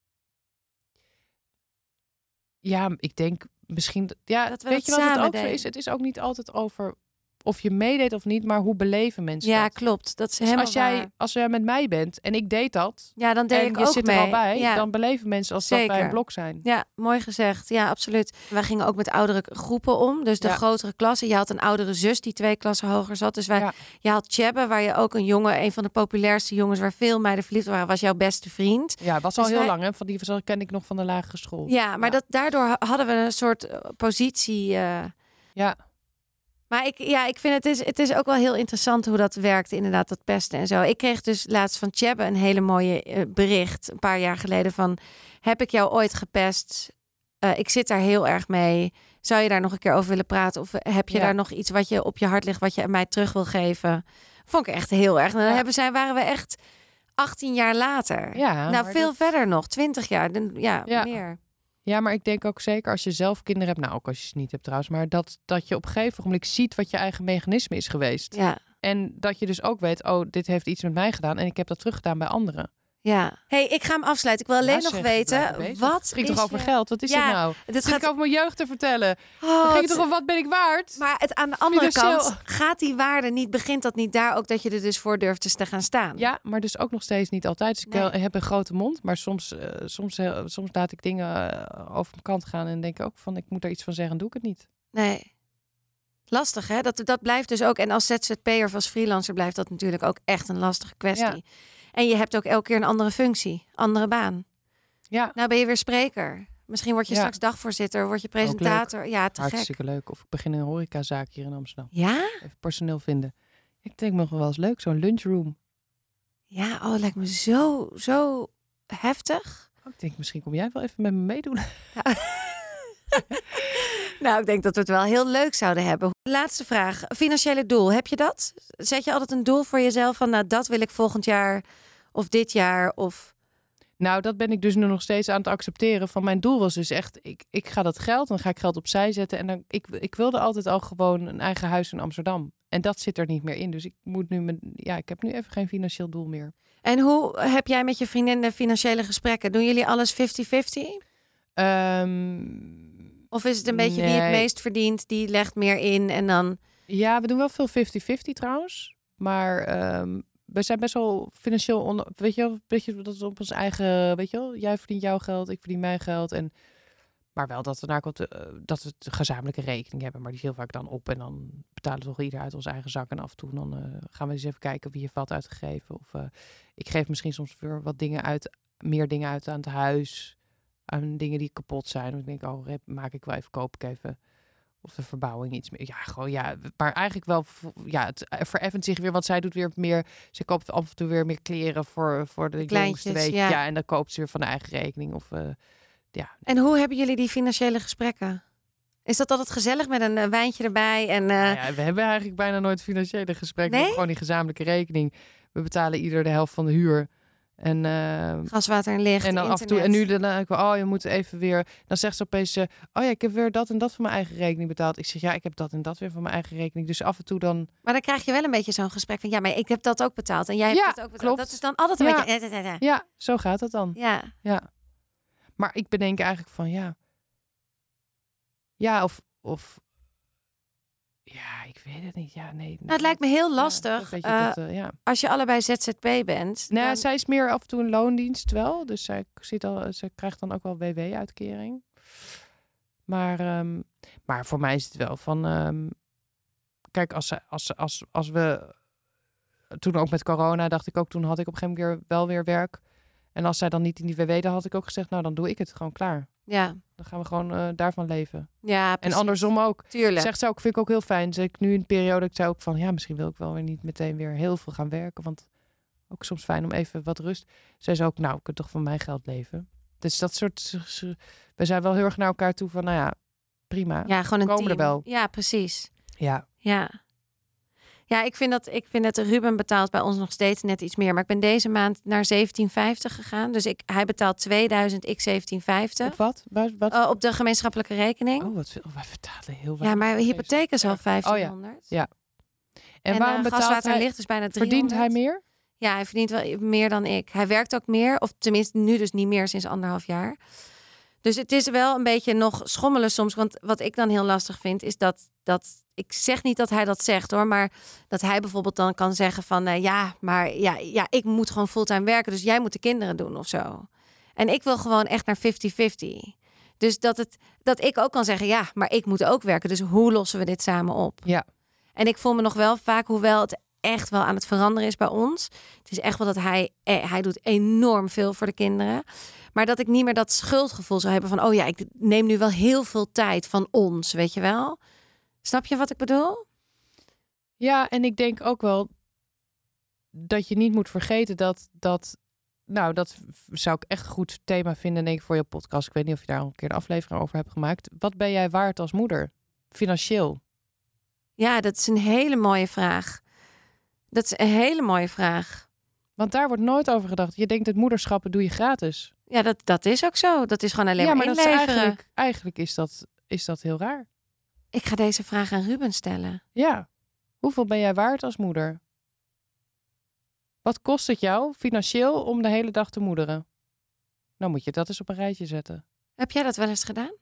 Ja, ik denk misschien... Ja, dat we weet dat je wat het samen ook deden. zo is? Het is ook niet altijd over of je meedeed of niet, maar hoe beleven mensen Ja, dat. klopt. Dat is Dus helemaal als jij, waar. als jij met mij bent en ik deed dat... Ja, dan deed en ik je ook zit mee. er al bij, ja. dan beleven mensen als Zeker. dat wij een blok zijn. Ja, mooi gezegd. Ja, absoluut. Wij gingen ook met oudere groepen om. Dus de ja. grotere klassen. Je had een oudere zus die twee klassen hoger zat. Dus wij, ja. je had Tjebbe, waar je ook een jongen, een van de populairste jongens waar veel meiden verliefd waren, was jouw beste vriend. Ja, was al dus heel wij... lang. Hè? Van die ken ik nog van de lagere school. Ja, maar ja. Dat, daardoor hadden we een soort positie. Uh... Ja. Maar ik, ja, ik vind het is, het is ook wel heel interessant hoe dat werkt, inderdaad, dat pesten en zo. Ik kreeg dus laatst van Tjebbe een hele mooie uh, bericht, een paar jaar geleden van, heb ik jou ooit gepest? Uh, ik zit daar heel erg mee. Zou je daar nog een keer over willen praten? Of heb je ja. daar nog iets wat je op je hart ligt, wat je mij terug wil geven? Vond ik echt heel erg. En dan ja. hebben zij, waren we echt achttien jaar later. Ja, nou, veel dat... verder nog, twintig jaar. Ja, ja. meer. Ja, maar ik denk ook zeker als je zelf kinderen hebt, nou ook als je ze niet hebt trouwens, maar dat, dat je op een gegeven moment ziet wat je eigen mechanisme is geweest. Ja. En dat je dus ook weet, oh, dit heeft iets met mij gedaan en ik heb dat teruggedaan bij anderen. Ja. Hey, ik ga hem afsluiten. Ik wil alleen ja, nog weten, wat het ging is toch over je... geld? Wat is ja, het nou? Het gaat ik over mijn jeugd te vertellen. Oh, Dan ging het toch over wat ben ik waard? Maar het, aan de andere Financieel... kant gaat die waarde niet, begint dat niet daar ook dat je er dus voor durft te gaan staan? Ja, maar dus ook nog steeds niet altijd. Dus ik nee. heb een grote mond, maar soms, uh, soms, uh, soms laat ik dingen uh, over mijn kant gaan en denk ook van ik moet daar iets van zeggen, doe ik het niet. Nee. Lastig, hè? Dat, dat blijft dus ook. En als Z Z P'er of als freelancer blijft dat natuurlijk ook echt een lastige kwestie. Ja. En je hebt ook elke keer een andere functie, andere baan. Ja. Nou ben je weer spreker. Misschien word je ja. straks dagvoorzitter, word je presentator. Ja, te Hartstikke gek. leuk. Of ik begin in een horecazaak hier in Amsterdam. Ja? Even personeel vinden. Ik denk nog wel eens leuk, zo'n lunchroom. Ja, oh, dat lijkt me zo, zo heftig. Oh, ik denk, misschien kom jij wel even met me meedoen. Ja. Nou, ik denk dat we het wel heel leuk zouden hebben. Laatste vraag. Financiële doel. Heb je dat? Zet je altijd een doel voor jezelf van, nou, dat wil ik volgend jaar of dit jaar of... Nou, dat ben ik dus nu nog steeds aan het accepteren. Van mijn doel was dus echt, ik, ik ga dat geld, dan ga ik geld opzij zetten. En dan, ik, ik wilde altijd al gewoon een eigen huis in Amsterdam. En dat zit er niet meer in. Dus ik moet nu, met, ja, ik heb nu even geen financieel doel meer. En hoe heb jij met je vriendinnen financiële gesprekken? Doen jullie alles vijftig vijftig? Um, of is het een beetje nee. wie het meest verdient, die legt meer in en dan... Ja, we doen wel veel vijftig vijftig trouwens. Maar um, we zijn best wel financieel onder, weet je wel, weet je, dat is op ons eigen, weet je wel, jij verdient jouw geld, ik verdien mijn geld en maar wel dat we naar uh, dat we een gezamenlijke rekening hebben, maar die is heel vaak dan op en dan betalen we toch ieder uit onze eigen zak en af en toe dan uh, gaan we eens even kijken wie heeft wat uitgegeven of uh, ik geef misschien soms weer wat dingen uit, meer dingen uit aan het huis, aan dingen die kapot zijn. Dan denk ik, oh, maak ik wel even, koop ik even. Of de verbouwing iets meer. Ja, gewoon ja. Maar eigenlijk wel, ja, het vereffent zich weer. Want zij doet weer meer. Ze koopt af en toe weer meer kleren voor, voor de Kleintjes, jongste week. ja. Ja, en dan koopt ze weer van de eigen rekening. Of, uh, ja. En hoe hebben jullie die financiële gesprekken? Is dat altijd gezellig met een uh, wijntje erbij? En, uh... nou ja, we hebben eigenlijk bijna nooit financiële gesprekken. Nee? Gewoon die gezamenlijke rekening. We betalen ieder de helft van de huur. En, uh, gas, water en licht, en dan internet. af en toe. En nu dan denk ik, oh, je moet even weer. Dan zegt ze opeens, uh, oh ja, ik heb weer dat en dat van mijn eigen rekening betaald. Ik zeg, ja, ik heb dat en dat weer van mijn eigen rekening. Dus af en toe dan. Maar dan krijg je wel een beetje zo'n gesprek van, ja, maar ik heb dat ook betaald en jij hebt ja, dat ook betaald. klopt. Dat is dan altijd een ja. beetje. Ja, zo gaat het dan. Ja. Ja. Maar ik bedenk eigenlijk van, ja, ja, of, of. Ja, ik weet het niet. Ja, nee. Nou, het lijkt me heel lastig ja, uh, dat, uh, ja. als je allebei Z Z P bent. Nou, dan... zij is meer af en toe een loondienst wel. Dus zij, zit al, zij krijgt dan ook wel W W-uitkering. Maar, um, maar voor mij is het wel van... Um, kijk, als, als, als, als we... Toen ook met corona dacht ik ook... Toen had ik op een gegeven moment weer, wel weer werk. En als zij dan niet in die W W... Dan had ik ook gezegd... Nou, dan doe ik het gewoon klaar. Ja. Dan gaan we gewoon uh, daarvan leven. Ja, precies. En andersom ook. Tuurlijk. Zegt ze ook, vind ik ook heel fijn. Zeg ik nu in een periode, ik zei ook van, ja, misschien wil ik wel weer niet meteen weer heel veel gaan werken. Want ook soms fijn om even wat rust. Zij zei ook, nou, ik kan toch van mijn geld leven. Dus dat soort, we zijn wel heel erg naar elkaar toe van, nou ja, prima. Ja, gewoon een komen team. er wel. Ja, precies. Ja. Ja. Ja, ik vind dat ik vind dat Ruben betaalt bij ons nog steeds net iets meer. Maar ik ben deze maand naar zeventien vijftig gegaan. Dus ik, hij betaalt tweeduizend, ik zeventien vijftig. Op wat? wat? wat? Uh, op de gemeenschappelijke rekening. Oh, wat veel. Wij betalen heel weinig. Ja, maar hypotheek is al vijftienhonderd. Oh, ja. ja. En, en waarom uh, betaalt gas, water hij? en licht is bijna driehonderd. Verdient hij meer? Ja, hij verdient wel meer dan ik. Hij werkt ook meer. Of tenminste nu dus niet meer sinds anderhalf jaar. Dus het is wel een beetje nog schommelen soms. Want wat ik dan heel lastig vind, is dat... dat ik zeg niet dat hij dat zegt hoor. Maar dat hij bijvoorbeeld dan kan zeggen van... Uh, ja, maar ja, ja, ik moet gewoon fulltime werken. Dus jij moet de kinderen doen of zo. En ik wil gewoon echt naar vijftig vijftig. Dus dat, het, dat ik ook kan zeggen... ja, maar ik moet ook werken. Dus hoe lossen we dit samen op? Ja. En ik voel me nog wel vaak, hoewel het echt wel aan het veranderen is bij ons. Het is echt wel dat hij... Eh, hij doet enorm veel voor de kinderen. Maar dat ik niet meer dat schuldgevoel zou hebben van... oh ja, ik neem nu wel heel veel tijd van ons, weet je wel? Snap je wat ik bedoel? Ja, en ik denk ook wel dat je niet moet vergeten dat... dat nou, dat zou ik echt een goed thema vinden, denk ik, voor je podcast. Ik weet niet of je daar al een keer een aflevering over hebt gemaakt. Wat ben jij waard als moeder? Financieel? Ja, dat is een hele mooie vraag. Dat is een hele mooie vraag. Want daar wordt nooit over gedacht. Je denkt, het moederschap doe je gratis. Ja, dat, dat is ook zo. Dat is gewoon alleen ja, maar maar inleveren. Dat is eigenlijk, eigenlijk is dat, is dat heel raar. Ik ga deze vraag aan Ruben stellen. Ja. Hoeveel ben jij waard als moeder? Wat kost het jou financieel om de hele dag te moederen? Nou moet je dat eens op een rijtje zetten. Heb jij dat wel eens gedaan?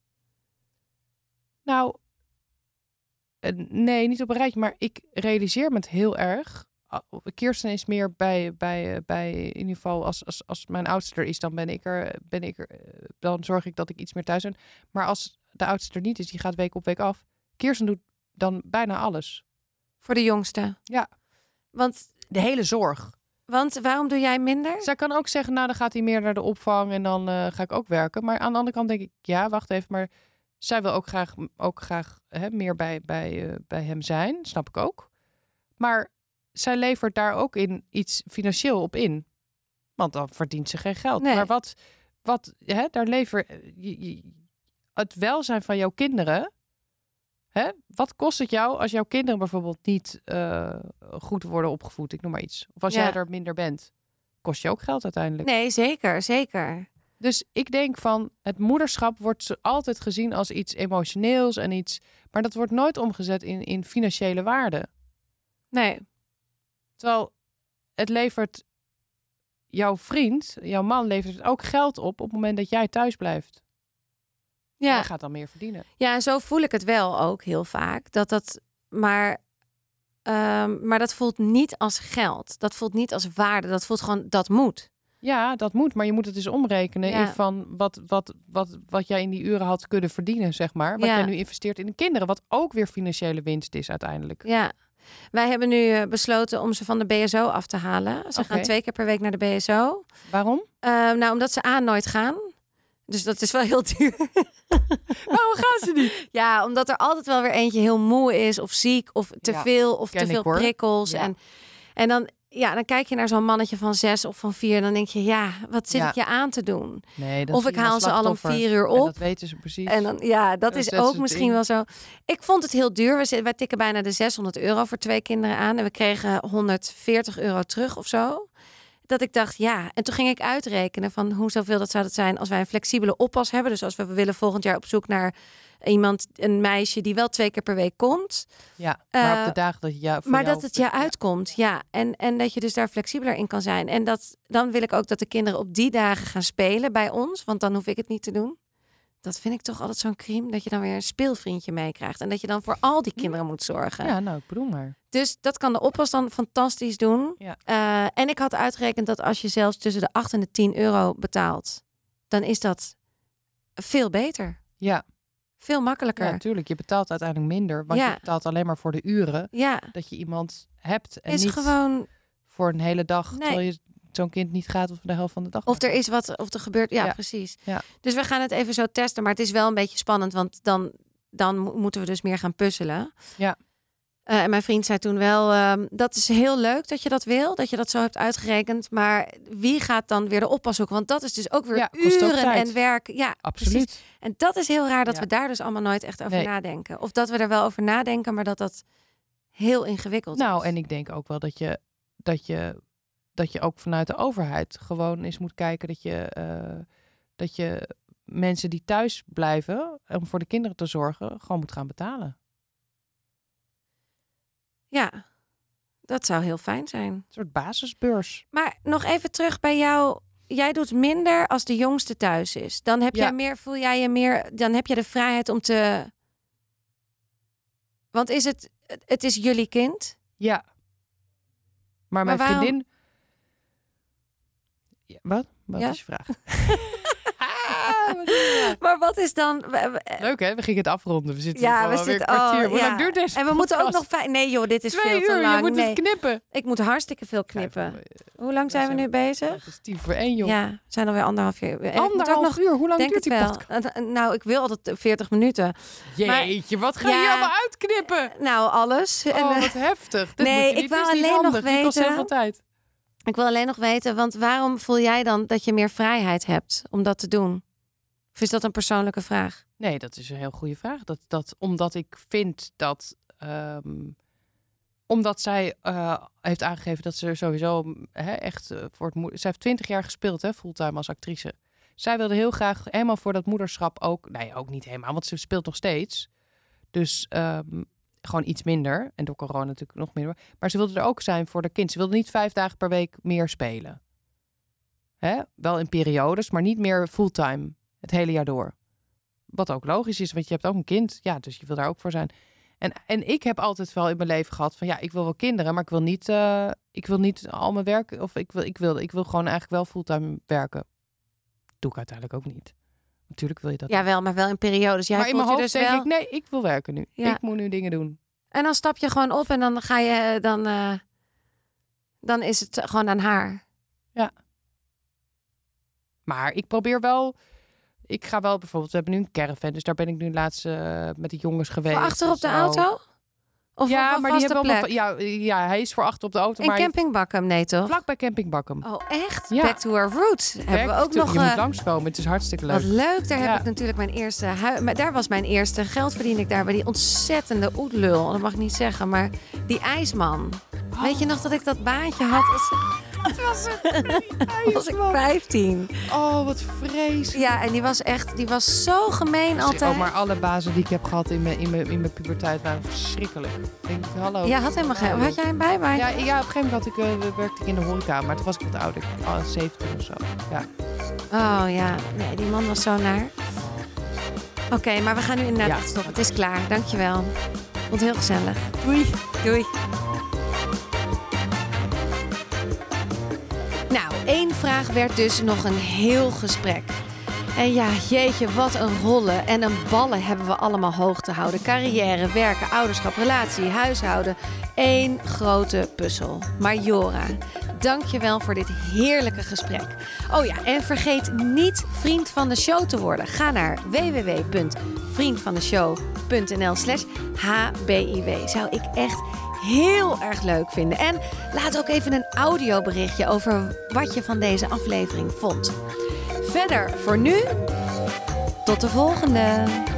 Nou, nee, niet op een rijtje. Maar ik realiseer me het heel erg. Kirsten is meer bij, bij, bij in ieder geval als, als, als mijn oudste er is, dan ben ik er, ben ik er, dan zorg ik dat ik iets meer thuis ben. Maar als de oudste er niet is, die gaat week op week af. Kirsten doet dan bijna alles. Voor de jongste? Ja. Want de hele zorg. Want waarom doe jij minder? Zij kan ook zeggen, nou dan gaat hij meer naar de opvang en dan uh, ga ik ook werken. Maar aan de andere kant denk ik, ja, wacht even, maar zij wil ook graag, ook graag hè, meer bij, bij, uh, bij hem zijn. Snap ik ook. Maar zij levert daar ook in iets financieel op in. Want dan verdient ze geen geld. Nee. Maar wat, wat hè, daar lever je, je, het welzijn van jouw kinderen. Hè? Wat kost het jou als jouw kinderen bijvoorbeeld niet uh, goed worden opgevoed? Ik noem maar iets. Of als ja. jij er minder bent, kost je ook geld uiteindelijk. Nee, zeker, zeker. Dus ik denk van het moederschap wordt altijd gezien als iets emotioneels en iets, maar dat wordt nooit omgezet in, in financiële waarde. Nee. Terwijl het levert jouw vriend, jouw man levert ook geld op op het moment dat jij thuis blijft. Ja. Jij gaat dan meer verdienen. Ja, en zo voel ik het wel ook heel vaak. Dat dat, maar Um, maar dat voelt niet als geld. Dat voelt niet als waarde. Dat voelt gewoon, dat moet. Ja, dat moet. Maar je moet het dus omrekenen Ja. in van wat, wat, wat, wat jij in die uren had kunnen verdienen, zeg maar. Wat Ja. jij nu investeert in de kinderen. Wat ook weer financiële winst is uiteindelijk. Ja. Wij hebben nu uh, besloten om ze van de B S O af te halen. Ze Oké. gaan twee keer per week naar de B S O. Waarom? Uh, nou, omdat ze aan nooit gaan. Dus dat is wel heel duur. Waarom gaan ze niet? Ja, omdat er altijd wel weer eentje heel moe is of ziek of te Ja, veel of ken te ik, veel hoor. prikkels. Ja. En, en dan, ja, dan kijk je naar zo'n mannetje van zes of van vier en dan denk je, ja, wat zit Ja. ik je aan te doen? Nee, dan Of zie ik je haal een ze al om slachtoffer. vier uur En op. dat weten ze precies. En dan, ja, dat Dan is zetten ook ze het misschien in. wel zo. Ik vond het heel duur. We, zit- wij tikken bijna de zeshonderd euro voor twee kinderen aan. En we kregen honderdveertig euro terug of zo. Dat ik dacht, ja. En toen ging ik uitrekenen van hoe zoveel dat zou dat zijn als wij een flexibele oppas hebben. Dus als we willen volgend jaar op zoek naar iemand, een meisje die wel twee keer per week komt. Ja, maar Uh, op de dagen dat je ja, voor Maar jou- dat het je ja. uitkomt, ja. En, en dat je dus daar flexibeler in kan zijn. En dat, dan wil ik ook dat de kinderen op die dagen gaan spelen bij ons. Want dan hoef ik het niet te doen. Dat vind ik toch altijd zo'n crime. Dat je dan weer een speelvriendje meekrijgt. En dat je dan voor al die kinderen moet zorgen. Ja, nou, ik bedoel maar. Dus dat kan de oppas dan fantastisch doen. Ja. Uh, en ik had uitgerekend dat als je zelfs tussen de acht en de tien euro betaalt. Dan is dat veel beter. Ja, Veel makkelijker. ja, Ja, natuurlijk. Je betaalt uiteindelijk minder. Want Ja. je betaalt alleen maar voor de uren dat je iemand hebt. En is niet gewoon... voor een hele dag. Nee. Terwijl je zo'n kind niet gaat of de helft van de dag. Of er gaat. is wat, of er gebeurt. Ja, Ja. precies. Ja. Dus we gaan het even zo testen. Maar het is wel een beetje spannend, want dan, dan mo- moeten we dus meer gaan puzzelen. Ja. Uh, en mijn vriend zei toen wel, um, dat is heel leuk dat je dat wil, dat je dat zo hebt uitgerekend. Maar wie gaat dan weer de oppas zoeken? Want dat is dus ook weer Ja, kost ook uren tijd. en werk. Ja, Absoluut. precies. En dat is heel raar dat Ja. we daar dus allemaal nooit echt over Nee. nadenken. Of dat we er wel over nadenken, maar dat dat heel ingewikkeld Nou, is. en ik denk ook wel dat je, dat je, dat je ook vanuit de overheid gewoon eens moet kijken dat je, uh, dat je mensen die thuis blijven om voor de kinderen te zorgen, gewoon moet gaan betalen. Ja, dat zou heel fijn zijn. Een soort basisbeurs. Maar nog even terug bij jou. Jij doet minder als de jongste thuis is. Dan heb Ja. jij meer, voel jij je meer, dan heb je de vrijheid om te. Want is het, het is jullie kind. Ja. Maar mijn Maar waarom- vriendin. Ja, wat? Wat Ja? is je vraag? Ah, wat is je vraag? Maar wat is dan? we- we- Leuk hè? We gingen het afronden. We zitten Ja, ja, we we weer zitten- een kwartier. oh, Hoe ja. lang duurt deze En we moeten ook nog podcast? vijf. Nee joh, dit is Twee veel uur. te lang. Je moet nee. het knippen. Ik moet hartstikke veel knippen. Hoe lang zijn we nu bezig? Het is tien voor één, joh. Ja, we zijn alweer anderhalf uur. En ik moet ook Anderhalf nog, uur. Hoe lang denk duurt het die wel. podcast? Uh, Nou, ik wil altijd veertig minuten. Jeetje, wat ga je Ja. hier allemaal uitknippen? Nou, alles. En, Oh, eh, wat heftig. Dit Nee, moet je ik niet. wou Dit is niet alleen nog handig. Dit kost heel weten- veel tijd. Ik wil alleen nog weten, want waarom voel jij dan dat je meer vrijheid hebt om dat te doen? Of is dat een persoonlijke vraag? Nee, dat is een heel goede vraag. Dat, dat, omdat ik vind dat... ehm, omdat zij uh, heeft aangegeven dat ze sowieso hè, echt uh, voor het moeder... Zij heeft twintig jaar gespeeld, hè, fulltime als actrice. Zij wilde heel graag helemaal voor dat moederschap ook... Nee, ook niet helemaal, want ze speelt nog steeds. Dus um, gewoon iets minder. En door corona natuurlijk nog minder. Maar ze wilde er ook zijn voor de kind. Ze wilde niet vijf dagen per week meer spelen. Hè? Wel in periodes, maar niet meer fulltime. Het hele jaar door. Wat ook logisch is, want je hebt ook een kind. Ja, dus je wil daar ook voor zijn. En, en ik heb altijd wel in mijn leven gehad van ja, ik wil wel kinderen, maar ik wil niet, uh, ik wil niet al mijn werk. Of ik wil, ik wil, ik wil gewoon eigenlijk wel fulltime werken. Doe ik uiteindelijk ook niet. Natuurlijk wil je dat. Ja, wel, maar wel in periodes. Jij maar in voelt mijn je hoofd dus denk wel... ik, nee, ik wil werken nu. Ja. Ik moet nu dingen doen. En dan stap je gewoon op en dan ga je, dan, uh, dan is het gewoon aan haar. Ja. Maar ik probeer wel. Ik ga wel bijvoorbeeld, we hebben nu een caravan, dus daar ben ik nu laatst uh, met de jongens geweest. Voor achter op de zo. auto? Of ja, op maar een die vaste hebben plek? wel. Ja, ja, hij is voor achter op de auto. In maar Camping Bakkum, nee toch? Vlak bij Camping Bakkum. Oh, echt? Ja. Back to our roots. Hebben we ook to, nog. Je uh, moet langskomen, het is hartstikke leuk. Wat leuk, daar Ja. heb ik natuurlijk mijn eerste huis. Maar daar was mijn eerste geld verdiende ik daar bij die ontzettende oetlul. Dat mag ik niet zeggen, maar die ijsman. Oh. Weet je nog dat ik dat baantje had? Als... Wat was het? was ik vijftien. Oh, wat vreselijk. Ja, en die was echt, die was zo gemeen altijd. Oh, maar alle bazen die ik heb gehad in mijn, in mijn, in mijn puberteit waren verschrikkelijk. Ik denk, hallo. Ja, had helemaal geen. Had jij een bijbaantje? Ja, ja, op een gegeven moment had ik, uh, werkte ik in de horeca, maar toen was ik wat ouder. Oh, zeventien of zo. Ja. Oh ja, nee, die man was zo naar. Oké, okay, maar we gaan nu inderdaad Ja. stoppen. Het is klaar, dankjewel. Vond het heel gezellig. Doei. Doei. Nou, één vraag werd dus nog een heel gesprek. En ja, jeetje, wat een rollen en een ballen hebben we allemaal hoog te houden. Carrière, werken, ouderschap, relatie, huishouden. Eén grote puzzel. Maar Jora, dank je wel voor dit heerlijke gesprek. Oh ja, en vergeet niet vriend van de show te worden. Ga naar w w w punt vriendvandeshow punt n l slash h b i w. Zou ik echt heel erg leuk vinden. En laat ook even een audioberichtje over wat je van deze aflevering vond. Verder voor nu, tot de volgende!